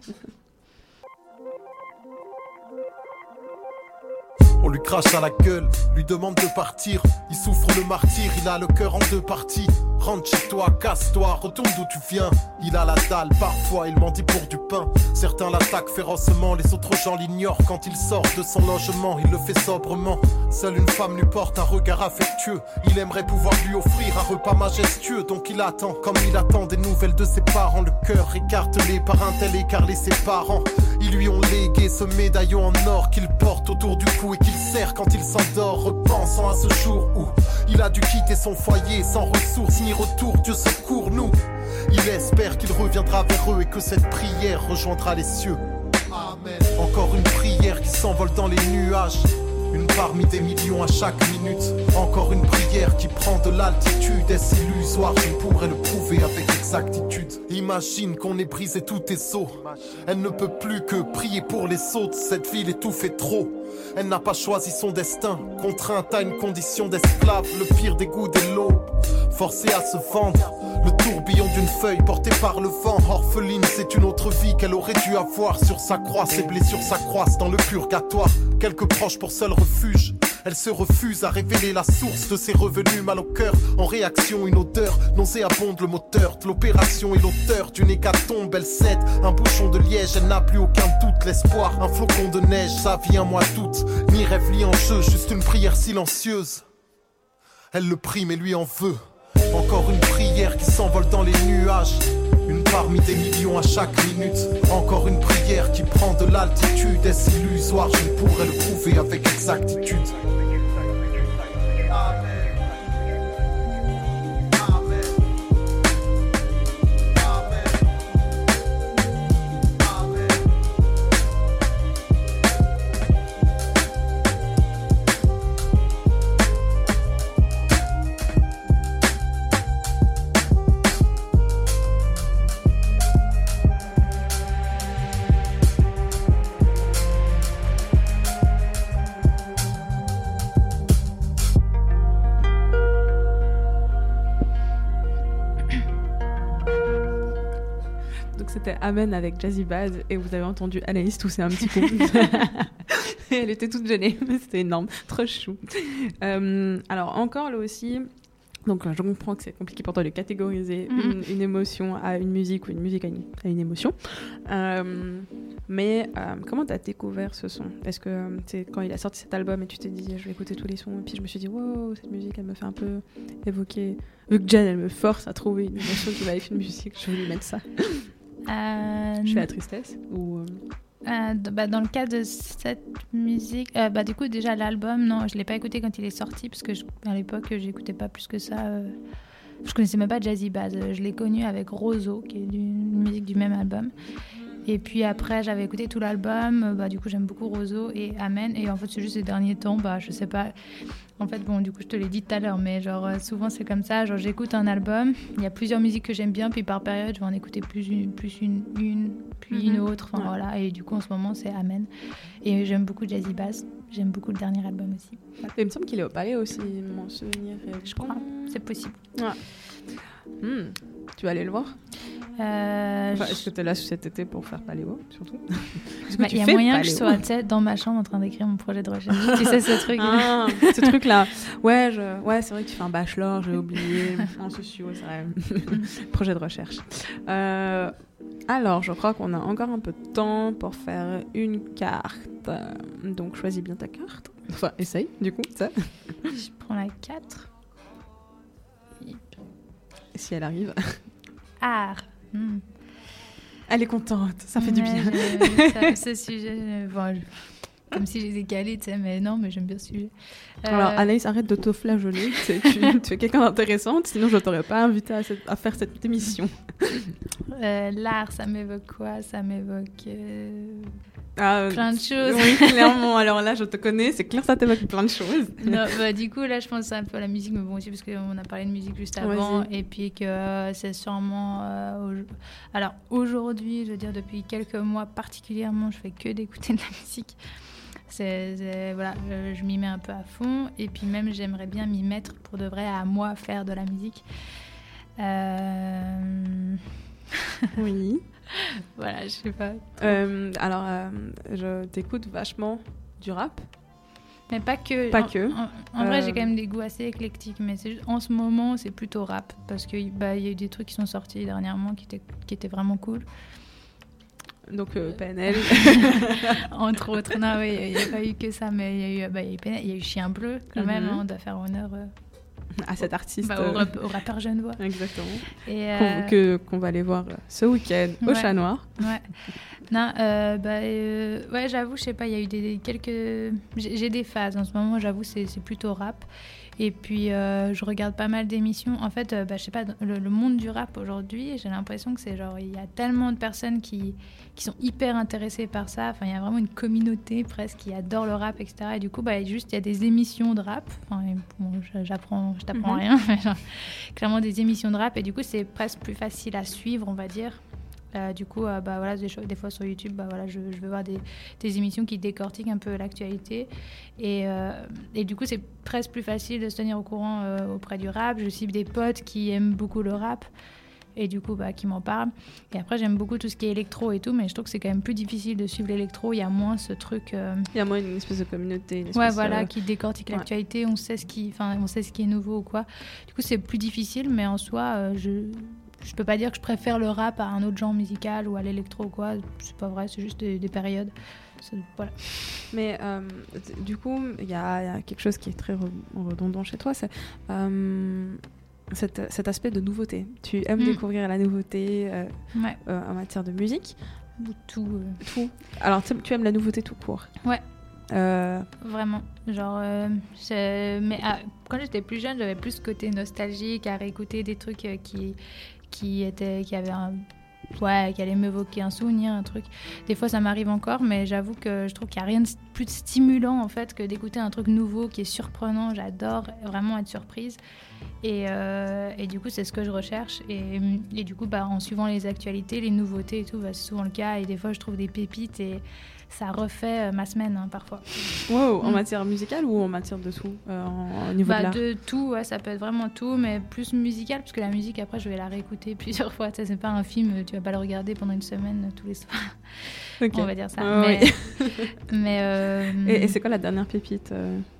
On lui crache à la gueule, lui demande de partir. Il souffre le martyr, il a le cœur en deux parties. Rentre chez toi, casse-toi, retourne d'où tu viens. Il a la dalle, parfois il mendie pour du pain. Certains l'attaquent férocement, les autres gens l'ignorent. Quand il sort de son logement, il le fait sobrement. Seule une femme lui porte un regard affectueux. Il aimerait pouvoir lui offrir un repas majestueux. Donc il attend, comme il attend des nouvelles de ses parents. Le cœur écartelé par un tel écart les ses parents. Ils lui ont légué ce médaillon en or qu'il porte autour du cou et qu'il serre quand il s'endort, repensant à ce jour où il a dû quitter son foyer sans ressources ni retour. Dieu secours-nous. Il espère qu'il reviendra vers eux et que cette prière rejoindra les cieux. Amen. Encore une prière qui s'envole dans les nuages. Une parmi des millions à chaque minute. Encore une prière qui prend de l'altitude. Est-ce illusoire? Je pourrais le prouver avec exactitude. Imagine qu'on ait brisé tous tes os. Elle ne peut plus que prier pour les autres. Cette ville étouffe trop. Elle n'a pas choisi son destin. Contrainte à une condition d'esclave. Le pire des goûts des lots. Forcée à se vendre. Le tourbillon d'une feuille portée par le vent. Orpheline, c'est une autre vie qu'elle aurait dû avoir. Sur sa croix, ses blessures s'accroissent dans le purgatoire. Quelques proches pour seul refuge. Elle se refuse à révéler la source de ses revenus. Mal au cœur, en réaction une odeur nauséabonde le moteur de l'opération et l'auteur d'une hécatombe. Elle cède un bouchon de liège, elle n'a plus aucun doute. L'espoir, un flocon de neige, sa vie un mois d'août. Ni rêve ni enjeu, juste une prière silencieuse. Elle le prie mais lui en veut. Encore une prière qui s'envole dans les nuages. Une parmi des millions à chaque minute. Encore une prière qui prend de l'altitude. Est-ce illusoire? Je ne pourrais le prouver avec exactitude. C'était Amen avec Jazzy Bass et vous avez entendu Anaïs tousser un petit coup. Elle était toute gênée, mais c'était énorme, trop chou. Alors encore là aussi, donc je comprends que c'est compliqué pour toi de catégoriser une émotion à une musique ou une musique à une émotion. Mais comment t'as découvert ce son? Est-ce que quand il a sorti cet album et tu t'es dit je vais écouter tous les sons et puis je me suis dit wow, cette musique elle me fait un peu évoquer, vu que Jen elle me force à trouver une émotion qui va avec une musique, je vais lui mettre ça. Je fais la tristesse ou dans le cas de cette musique, du coup déjà l'album, non, je l'ai pas écouté quand il est sorti parce que à l'époque j'écoutais pas plus que ça. Je connaissais même pas Jazzy Bass. Je l'ai connu avec Roseau, qui est une musique du même album. Et puis après, j'avais écouté tout l'album. Du coup, j'aime beaucoup Roseau et Amen. Et en fait, c'est juste ces derniers temps, je sais pas. En fait, bon, du coup, je te l'ai dit tout à l'heure, mais genre, souvent, c'est comme ça. Genre, j'écoute un album, il y a plusieurs musiques que j'aime bien, puis par période, je vais en écouter plus une puis une autre. Enfin, voilà. Et du coup, en ce moment, c'est Amen. Et j'aime beaucoup Jazzy Bass. J'aime beaucoup le dernier album aussi. Il me semble qu'il est au Palais aussi, mon souvenir. Je crois, c'est possible. Ouais. Tu vas aller le voir est-ce que tu es là cet été pour faire Paléo, surtout? Il y a moyen que je sois dans ma chambre en train d'écrire mon projet de recherche. Tu sais, ce truc. Ce truc-là. Ouais, c'est vrai que tu fais un bachelor, j'ai oublié. En socio, c'est vrai. Projet de recherche. Alors, je crois qu'on a encore un peu de temps pour faire une carte. Donc, choisis bien ta carte. Enfin, essaye, du coup, ça. Je prends la 4. Si elle arrive. Art. Elle est contente, ça fait du bien. Ce sujet, comme si je les ai calés, tu sais, mais non, mais j'aime bien ce sujet. Alors, Anaïs, arrête de t'auto-flageoler. Tu es quelqu'un d'intéressante, sinon je ne t'aurais pas invité à faire cette émission. L'art, ça m'évoque quoi? Ça m'évoque plein de choses. Oui, clairement. Alors là, je te connais, c'est clair, ça t'évoque plein de choses. Non, du coup, là, je pense un peu à la musique, mais bon, aussi parce qu'on a parlé de musique juste avant, Vas-y. et puis que c'est sûrement... Alors, aujourd'hui, je veux dire, depuis quelques mois particulièrement, je fais que d'écouter de la musique. Voilà, je m'y mets un peu à fond, et puis même, j'aimerais bien m'y mettre pour de vrai à moi faire de la musique. Oui. Voilà, je sais pas. Je t'écoute vachement du rap. Mais pas que. En vrai, j'ai quand même des goûts assez éclectiques, mais c'est juste, en ce moment, c'est plutôt rap, parce qu'il y a eu des trucs qui sont sortis dernièrement qui étaient vraiment cool. Donc PNL. Entre autres. Non, oui, il n'y a pas eu que ça, mais il y a eu PNL, il y a eu Chien Bleu, quand même, on doit faire honneur... à cet artiste. Au rappeur genevois. Exactement. Et qu'on va aller voir ce week-end au Chat Noir. Ouais. Non, ouais, j'avoue, je sais pas, il y a eu quelques... J'ai des phases. En ce moment, j'avoue, c'est plutôt rap. Et puis, je regarde pas mal d'émissions. En fait, je sais pas, le monde du rap aujourd'hui, j'ai l'impression que c'est genre, il y a tellement de personnes qui sont hyper intéressées par ça. Enfin, il y a vraiment une communauté presque qui adore le rap, etc. Et du coup, juste, il y a des émissions de rap. Enfin, bon, je t'apprends rien. Mais genre, clairement, des émissions de rap. Et du coup, c'est presque plus facile à suivre, on va dire. Du coup, voilà, des fois sur YouTube, voilà, je vais voir des émissions qui décortiquent un peu l'actualité. Et du coup, c'est presque plus facile de se tenir au courant auprès du rap. Je cible des potes qui aiment beaucoup le rap et du coup, qui m'en parlent. Et après, j'aime beaucoup tout ce qui est électro et tout, mais je trouve que c'est quand même plus difficile de suivre l'électro. Il y a moins ce truc... Il y a moins une espèce de communauté. Voilà, qui décortique l'actualité. On sait ce qui est nouveau ou quoi. Du coup, c'est plus difficile, mais en soi, je peux pas dire que je préfère le rap à un autre genre musical ou à l'électro ou quoi. C'est pas vrai, c'est juste des périodes. Voilà. Mais du coup, il y a quelque chose qui est très redondant chez toi, c'est cet aspect de nouveauté. Tu aimes découvrir la nouveauté en matière de musique. Tout. Alors, tu aimes la nouveauté tout court. Ouais. Vraiment. Genre, quand j'étais plus jeune, j'avais plus ce côté nostalgique à réécouter des trucs qui allaient m'évoquer un souvenir, un truc. Des fois, ça m'arrive encore, mais j'avoue que je trouve qu'il n'y a rien de plus stimulant en fait que d'écouter un truc nouveau qui est surprenant. J'adore vraiment être surprise. Et du coup, c'est ce que je recherche. Et du coup, en suivant les actualités, les nouveautés et tout, c'est souvent le cas. Et des fois, je trouve des pépites et ça refait ma semaine parfois. Wow, en matière musicale ou en matière de tout au niveau de l'art? De tout, ouais, ça peut être vraiment tout, mais plus musical, parce que la musique, après, je vais la réécouter plusieurs fois. C'est pas un film, tu vas pas le regarder pendant une semaine tous les soirs. Okay. On va dire ça. Et c'est quoi la dernière pépite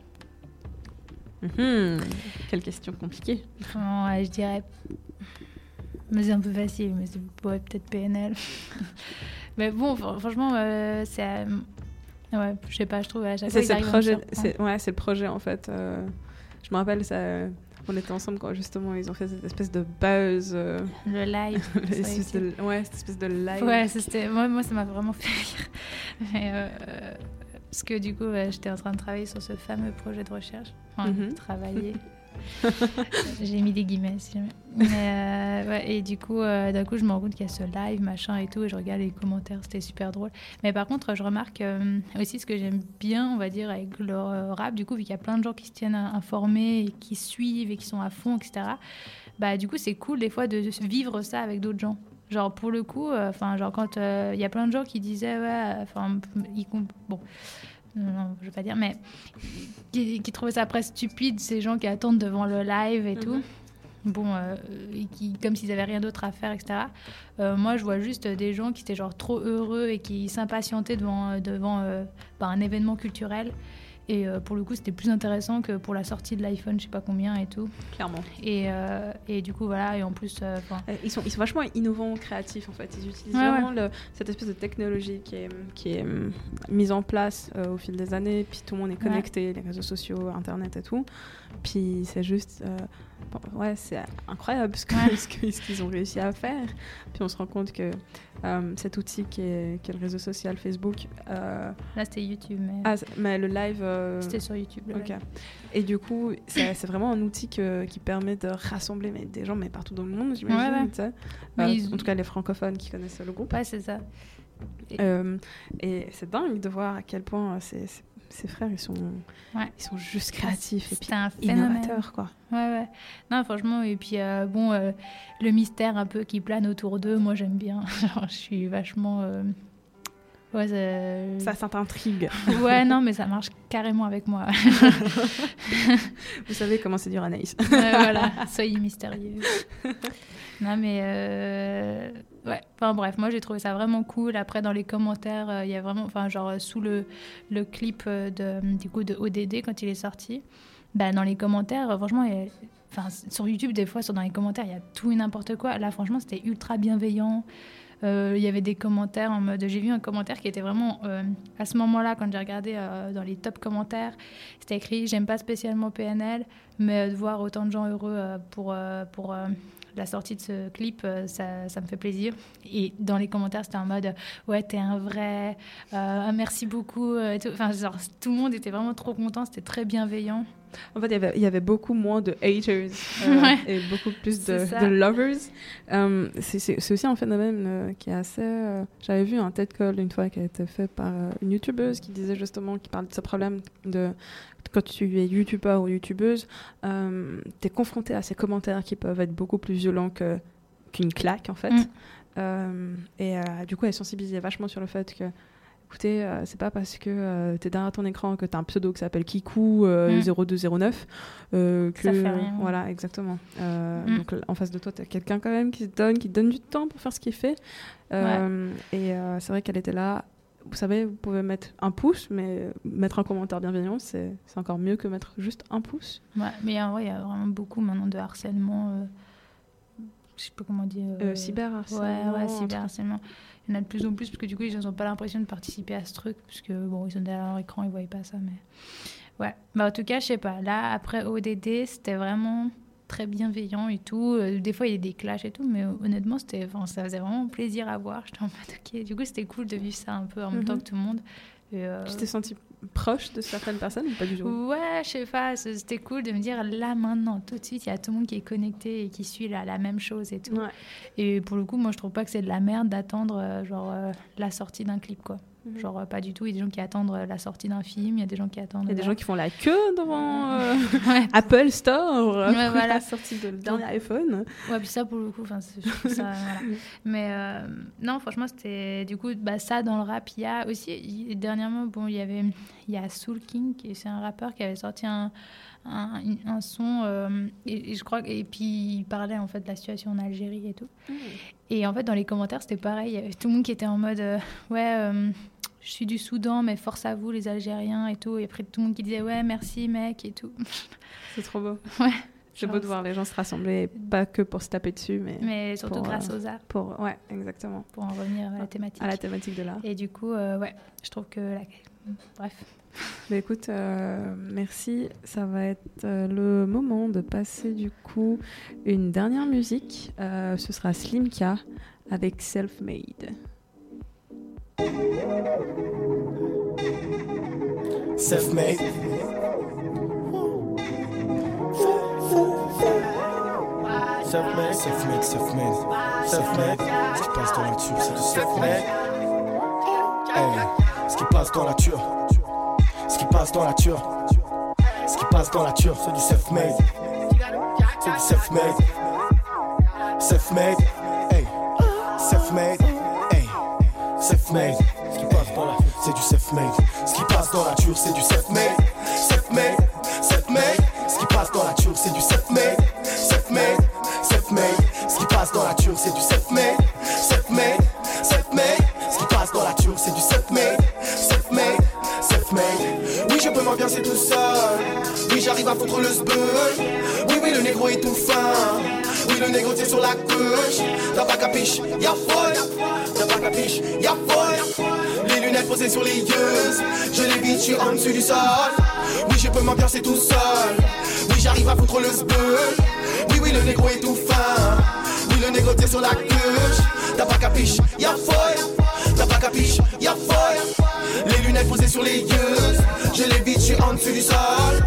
Quelle question compliquée. Je dirais... Mais c'est un peu facile, mais c'est peut-être PNL. Mais bon, franchement, c'est... Ouais, je sais pas, je trouve à chaque fois c'est le projet en fait. Je me rappelle, on était ensemble quand justement ils ont fait cette espèce de buzz. Le live. Cette espèce de live. Ouais, moi ça m'a vraiment fait rire. Mais, parce que du coup, j'étais en train de travailler sur ce fameux projet de recherche. Travailler. J'ai mis des guillemets, si jamais. Mais, ouais, et du coup, d'un coup, je me rends compte qu'il y a ce live, machin et tout, et je regarde les commentaires, c'était super drôle. Mais par contre, je remarque aussi ce que j'aime bien, on va dire, avec le rap, du coup, vu qu'il y a plein de gens qui se tiennent informés, et qui suivent et qui sont à fond, etc. Bah, du coup, c'est cool des fois de vivre ça avec d'autres gens. Genre, pour le coup, genre quand il y a plein de gens qui disaient, bon... Non, je vais pas dire, mais qui trouvaient ça presque stupide, ces gens qui attendent devant le live et tout. Bon, et comme s'ils avaient rien d'autre à faire, etc. Moi, je vois juste des gens qui étaient genre trop heureux et qui s'impatientaient devant un événement culturel. Et pour le coup, c'était plus intéressant que pour la sortie de l'iPhone, je sais pas combien et tout. Clairement. Et du coup, voilà. Et en plus, ils sont vachement innovants, créatifs en fait. Ils utilisent vraiment cette espèce de technologie qui est mise en place au fil des années. Puis tout le monde est connecté, les réseaux sociaux, Internet et tout. Puis c'est juste, c'est incroyable ce qu'ils ont réussi à faire. Puis on se rend compte que cet outil qui est le réseau social Facebook. Là, c'était YouTube, mais le live. C'était sur YouTube. Ok. Et du coup, c'est vraiment un outil qui permet de rassembler des gens partout dans le monde, j'imagine. En tout cas, les francophones qui connaissent le groupe. Ouais, c'est ça. Et c'est dingue de voir à quel point ces frères, ils sont juste créatifs et puis innovateurs, quoi. Ouais. Non, franchement, et puis le mystère un peu qui plane autour d'eux, moi j'aime bien. Genre, je suis vachement. Ça t'intrigue. Ouais, non, mais ça marche carrément avec moi. Vous savez comment séduire Anaïs. Voilà, soyez mystérieux. Non, mais ouais. Enfin bref, moi j'ai trouvé ça vraiment cool. Après, dans les commentaires, il y a vraiment, sous le clip de ODD quand il est sorti, dans les commentaires, franchement, sur YouTube des fois, dans les commentaires, il y a tout et n'importe quoi. Là, franchement, c'était ultra bienveillant. Il y avait des commentaires en mode... J'ai vu un commentaire qui était vraiment... à ce moment-là, quand j'ai regardé dans les top commentaires, c'était écrit « J'aime pas spécialement PNL, mais de voir autant de gens heureux pour la sortie de ce clip, ça me fait plaisir. » Et dans les commentaires, c'était en mode « Ouais, t'es un vrai, merci beaucoup. » Enfin, genre, tout le monde était vraiment trop content, c'était très bienveillant. En fait, il y avait beaucoup moins de haters et beaucoup plus de lovers. C'est aussi un phénomène qui est assez... J'avais vu un TED Call une fois qui a été fait par une youtubeuse qui disait justement, qui parle de ce problème de... Quand tu es youtubeur ou youtubeuse, tu es confronté à ces commentaires qui peuvent être beaucoup plus violents qu'une claque, en fait. Du coup, elle sensibilisait vachement sur le fait que écoutez, c'est pas parce que t'es derrière ton écran que t'as un pseudo qui s'appelle Kikou 0209 que ça fait rien. Voilà, exactement. Donc en face de toi, t'as quelqu'un quand même qui donne du temps pour faire ce qu'il fait. Et c'est vrai qu'elle était là. Vous savez, vous pouvez mettre un pouce, mais mettre un commentaire bienveillant, c'est encore mieux que mettre juste un pouce. Ouais, mais en vrai, il y a vraiment beaucoup maintenant de harcèlement. Je sais pas comment dire. Cyberharcèlement. Ouais, cyberharcèlement. Il y en a de plus en plus, parce que du coup, ils n'ont pas l'impression de participer à ce truc, parce que bon, ils sont derrière leur écran, ils ne voient pas ça, mais... Ouais, en tout cas, je sais pas. Là, après ODD, c'était vraiment très bienveillant et tout. Des fois, il y a des clashs et tout, mais honnêtement, ça faisait vraiment plaisir à voir. J'étais en mode, ok. Du coup, c'était cool de vivre ça un peu en même temps que tout le monde. Tu t'es sentie proche de certaines personnes ou pas du tout? Ouais, je sais pas, c'était cool de me dire là maintenant, tout de suite, il y a tout le monde qui est connecté et qui suit la même chose et tout. Ouais. Et pour le coup, moi je trouve pas que c'est de la merde d'attendre la sortie d'un clip, quoi. Genre pas du tout, il y a des gens qui attendent la sortie d'un film, il y a des gens qui attendent... Il y a des gens qui font la queu devant Apple Store pour la sortie de le dernier iPhone. Ouais, puis ça pour le coup, je trouve ça... Voilà. Mais non, franchement, c'était du coup, ça dans le rap, il y a aussi, dernièrement, bon, il y a Soul King, c'est un rappeur qui avait sorti un son et je crois et puis il parlait en fait de la situation en Algérie et tout. Et en fait dans les commentaires c'était pareil, il y avait tout le monde qui était en mode je suis du Soudan mais force à vous les Algériens et tout, et après tout le monde qui disait ouais merci mec et tout. C'est trop beau. Ouais, c'est beau de voir les gens se rassembler, pas que pour se taper dessus mais surtout grâce aux arts. Ouais, exactement, pour en revenir à la thématique de l'art. Et du coup je trouve que bref. Mais écoute, merci. Ça va être le moment de passer du coup une dernière musique. Ce sera Slimka avec Self-Made. Self-made. self-made. Self-made, self-made. Self-made. Ce qui passe dans la nature, c'est du self-made. Hey, ce qui passe dans la nature. Ce qui passe dans la nature. Ce qui passe dans la nature, c'est du self-made. C'est du self-made. Self-made. Hey, self-made. Hey, self-made. Ce qui passe dans la nature, c'est du self-made. Ce qui passe dans la nature, c'est du self-made. Self-made. Self-made. Ce qui passe dans la nature, c'est du self-made. Self-made. Self-made. Ce qui passe dans la nature, c'est du self-made. Self-made. Self-made. Ce qui passe dans la nature, c'est du self-made. Self-made. Self-made. Oui, je peux m'ambiancer tout seul. Oui, j'arrive à foutre le sbeul. Oui, oui, le négro est tout fin. Oui, le négro tient sur la gauche. T'as pas capiche, y'a folle. T'as pas capiche, y'a folle. Les lunettes posées sur les yeux. Je les vide, j'suis en dessous du sol. Oui, je peux m'ambiancer tout seul. Oui, j'arrive à foutre le sbeul. Oui, oui, le négro est tout fin. Oui, le négro tient sur la gauche. T'as pas capiche, y'a folle. T'as pas capiche, y'a folle. Les lunettes posées sur les yeux. Je les vide, j'suis en dessous du sol.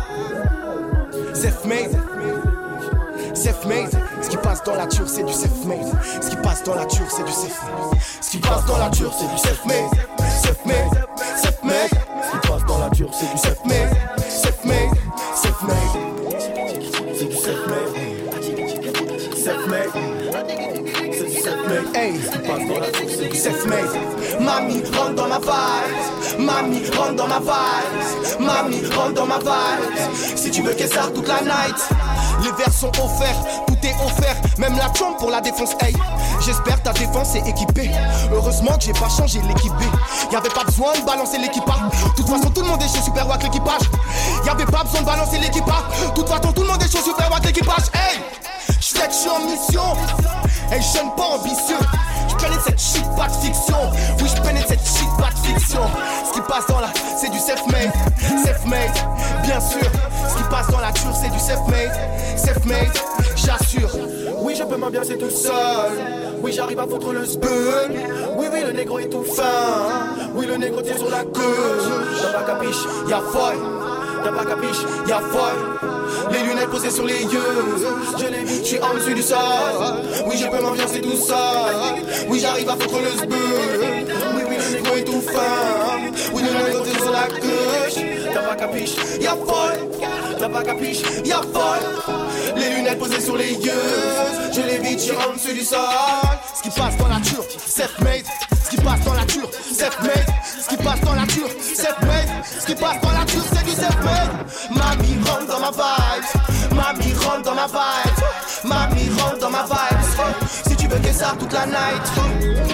Self-made. Self-made. Ce qui passe dans la nature, c'est du self-made. Ce qui passe dans la nature, c'est du self-made. Ce qui passe dans la nature, c'est du self-made. Self-made. Self-made. Ce qui passe dans la nature, c'est du self-made. Self-made. Self-made. C'est du self-made. Self-made. C'est du self-made. Hey, ce qui passe dans la nature, c'est du self-made. Mamie, rentre dans ma vibe. Mamie, rentre dans ma vibe. Mamie, rentre dans ma vibe. Si tu veux qu'elle sorte toute la night. Les verres sont offerts, tout est offert, même la chambre pour la défense, hey. J'espère ta défense est équipée. Heureusement que j'ai pas changé l'équipe B. Y'avait pas besoin de balancer l'équipage. De toute façon tout le monde est chez Super Wack l'équipage. Y'avait pas besoin de balancer l'équipage. De toute façon tout le monde est chez Super Wack l'équipage, hey. J'sais que j'suis en mission. Hey, jeune pas ambitieux. J'pénètre cette shit, pas de fiction. Oui, j'pénètre cette shit, pas de fiction. Ce qui passe dans la, c'est du self-made. Self-made, bien sûr. Ce qui passe dans la nature, c'est du self-made. Self-made, j'assure. Oui, je peux m'ambiancer tout seul. Oui, j'arrive à foutre le sbeul. Oui, oui, le négro est tout fin. Oui, le négro tient sur la queue. T'as pas capiche, y'a folle. T'as pas capiche, y'a folle. Les lunettes posées sur les yeux. Je les vis, j'suis en dessous du sol. Oui, je peux m'ambiancer tout seul. Oui, j'arrive à foutre le sbeul. Oui, oui, le négro est tout fin. Oui, le négro tient sur la gauche. T'as pas capiche, y'a folle. T'as pas capiche, y'a folle. Les lunettes posées sur les yeux. Je les vide, j'suis en dessous du sol. Ce qui passe dans la nature, self-made. Ce qui passe dans la nature, self-made. Ce qui passe dans la nature, self-made. Ce qui passe dans la nature, c'est du self-made. Mamie rentre dans ma vibe. Mamie rentre dans ma vibe. Mamie rentre dans ma vibe. Si tu veux qu'elle sorte toute la night.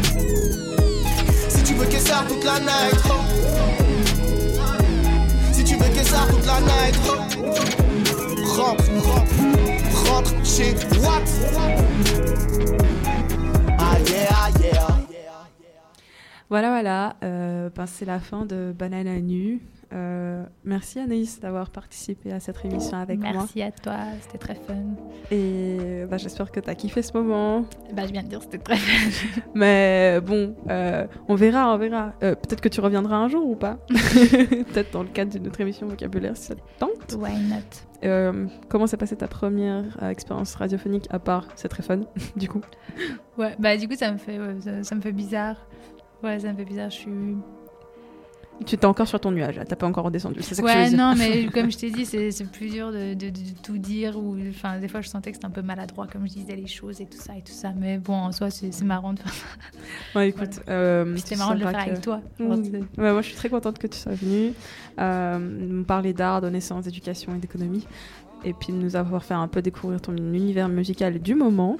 Si tu veux qu'elle sorte toute la night. Si tu veux qu'elle sorte toute la night. Rentre chez Watt. Ah yeah, ah yeah. Voilà, c'est la fin de Banana Nu. Merci Anaïs d'avoir participé à cette émission avec moi. Merci à toi, c'était très fun. Et j'espère que tu as kiffé ce moment. Je viens de dire c'était très fun. Mais bon, on verra. Peut-être que tu reviendras un jour ou pas. Peut-être dans le cadre d'une autre émission vocabulaire si ça te tente. Why not? Comment s'est passée ta première expérience radiophonique à part c'est très fun du coup? Ouais, du coup ça me fait bizarre. Ouais, ça me fait bizarre, Tu t'es encore sur ton nuage, là. T'as pas encore redescendu, c'est ça que je veux dire. Non, mais comme je t'ai dit, c'est plus dur de tout dire. Enfin, des fois, je sentais que c'était un peu maladroit, comme je disais les choses et tout ça. Mais bon, en soi, c'est marrant de faire ça. Ouais, écoute, c'était marrant de le faire avec toi. Ouais, moi, je suis très contente que tu sois venue nous parler d'art, de naissance, d'éducation et d'économie. Et puis de nous avoir fait un peu découvrir ton univers musical du moment.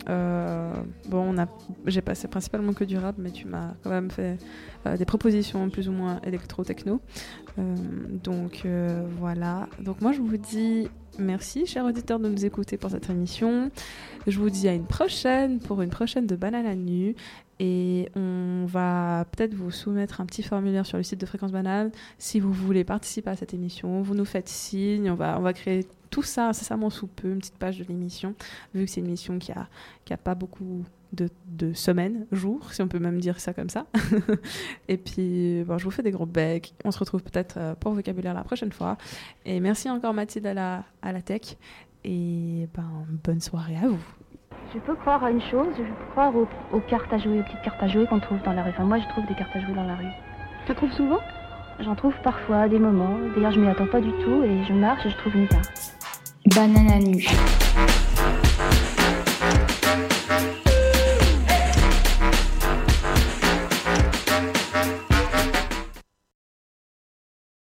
J'ai passé principalement que du rap, mais tu m'as quand même fait des propositions plus ou moins électro-techno. Donc voilà. Donc moi je vous dis merci, chers auditeurs, de nous écouter pour cette émission. Je vous dis à une prochaine pour une prochaine de Banana Nu. Et on va peut-être vous soumettre un petit formulaire sur le site de Fréquence Banane. Si vous voulez participer à cette émission, vous nous faites signe. On va créer tout ça incessamment sous peu, une petite page de l'émission, vu que c'est une émission qui a pas beaucoup de semaines, jours, si on peut même dire ça comme ça. Et puis, je vous fais des gros becs. On se retrouve peut-être pour vocabulaire la prochaine fois. Et merci encore Mathilde à la tech. et bonne soirée à vous. Je peux croire à une chose, je peux croire aux cartes à jouer, aux petites cartes à jouer qu'on trouve dans la rue. Enfin, moi, je trouve des cartes à jouer dans la rue. Tu en trouves souvent? J'en trouve parfois, à des moments. D'ailleurs, je m'y attends pas du tout et je marche et je trouve une carte. Banane à nu.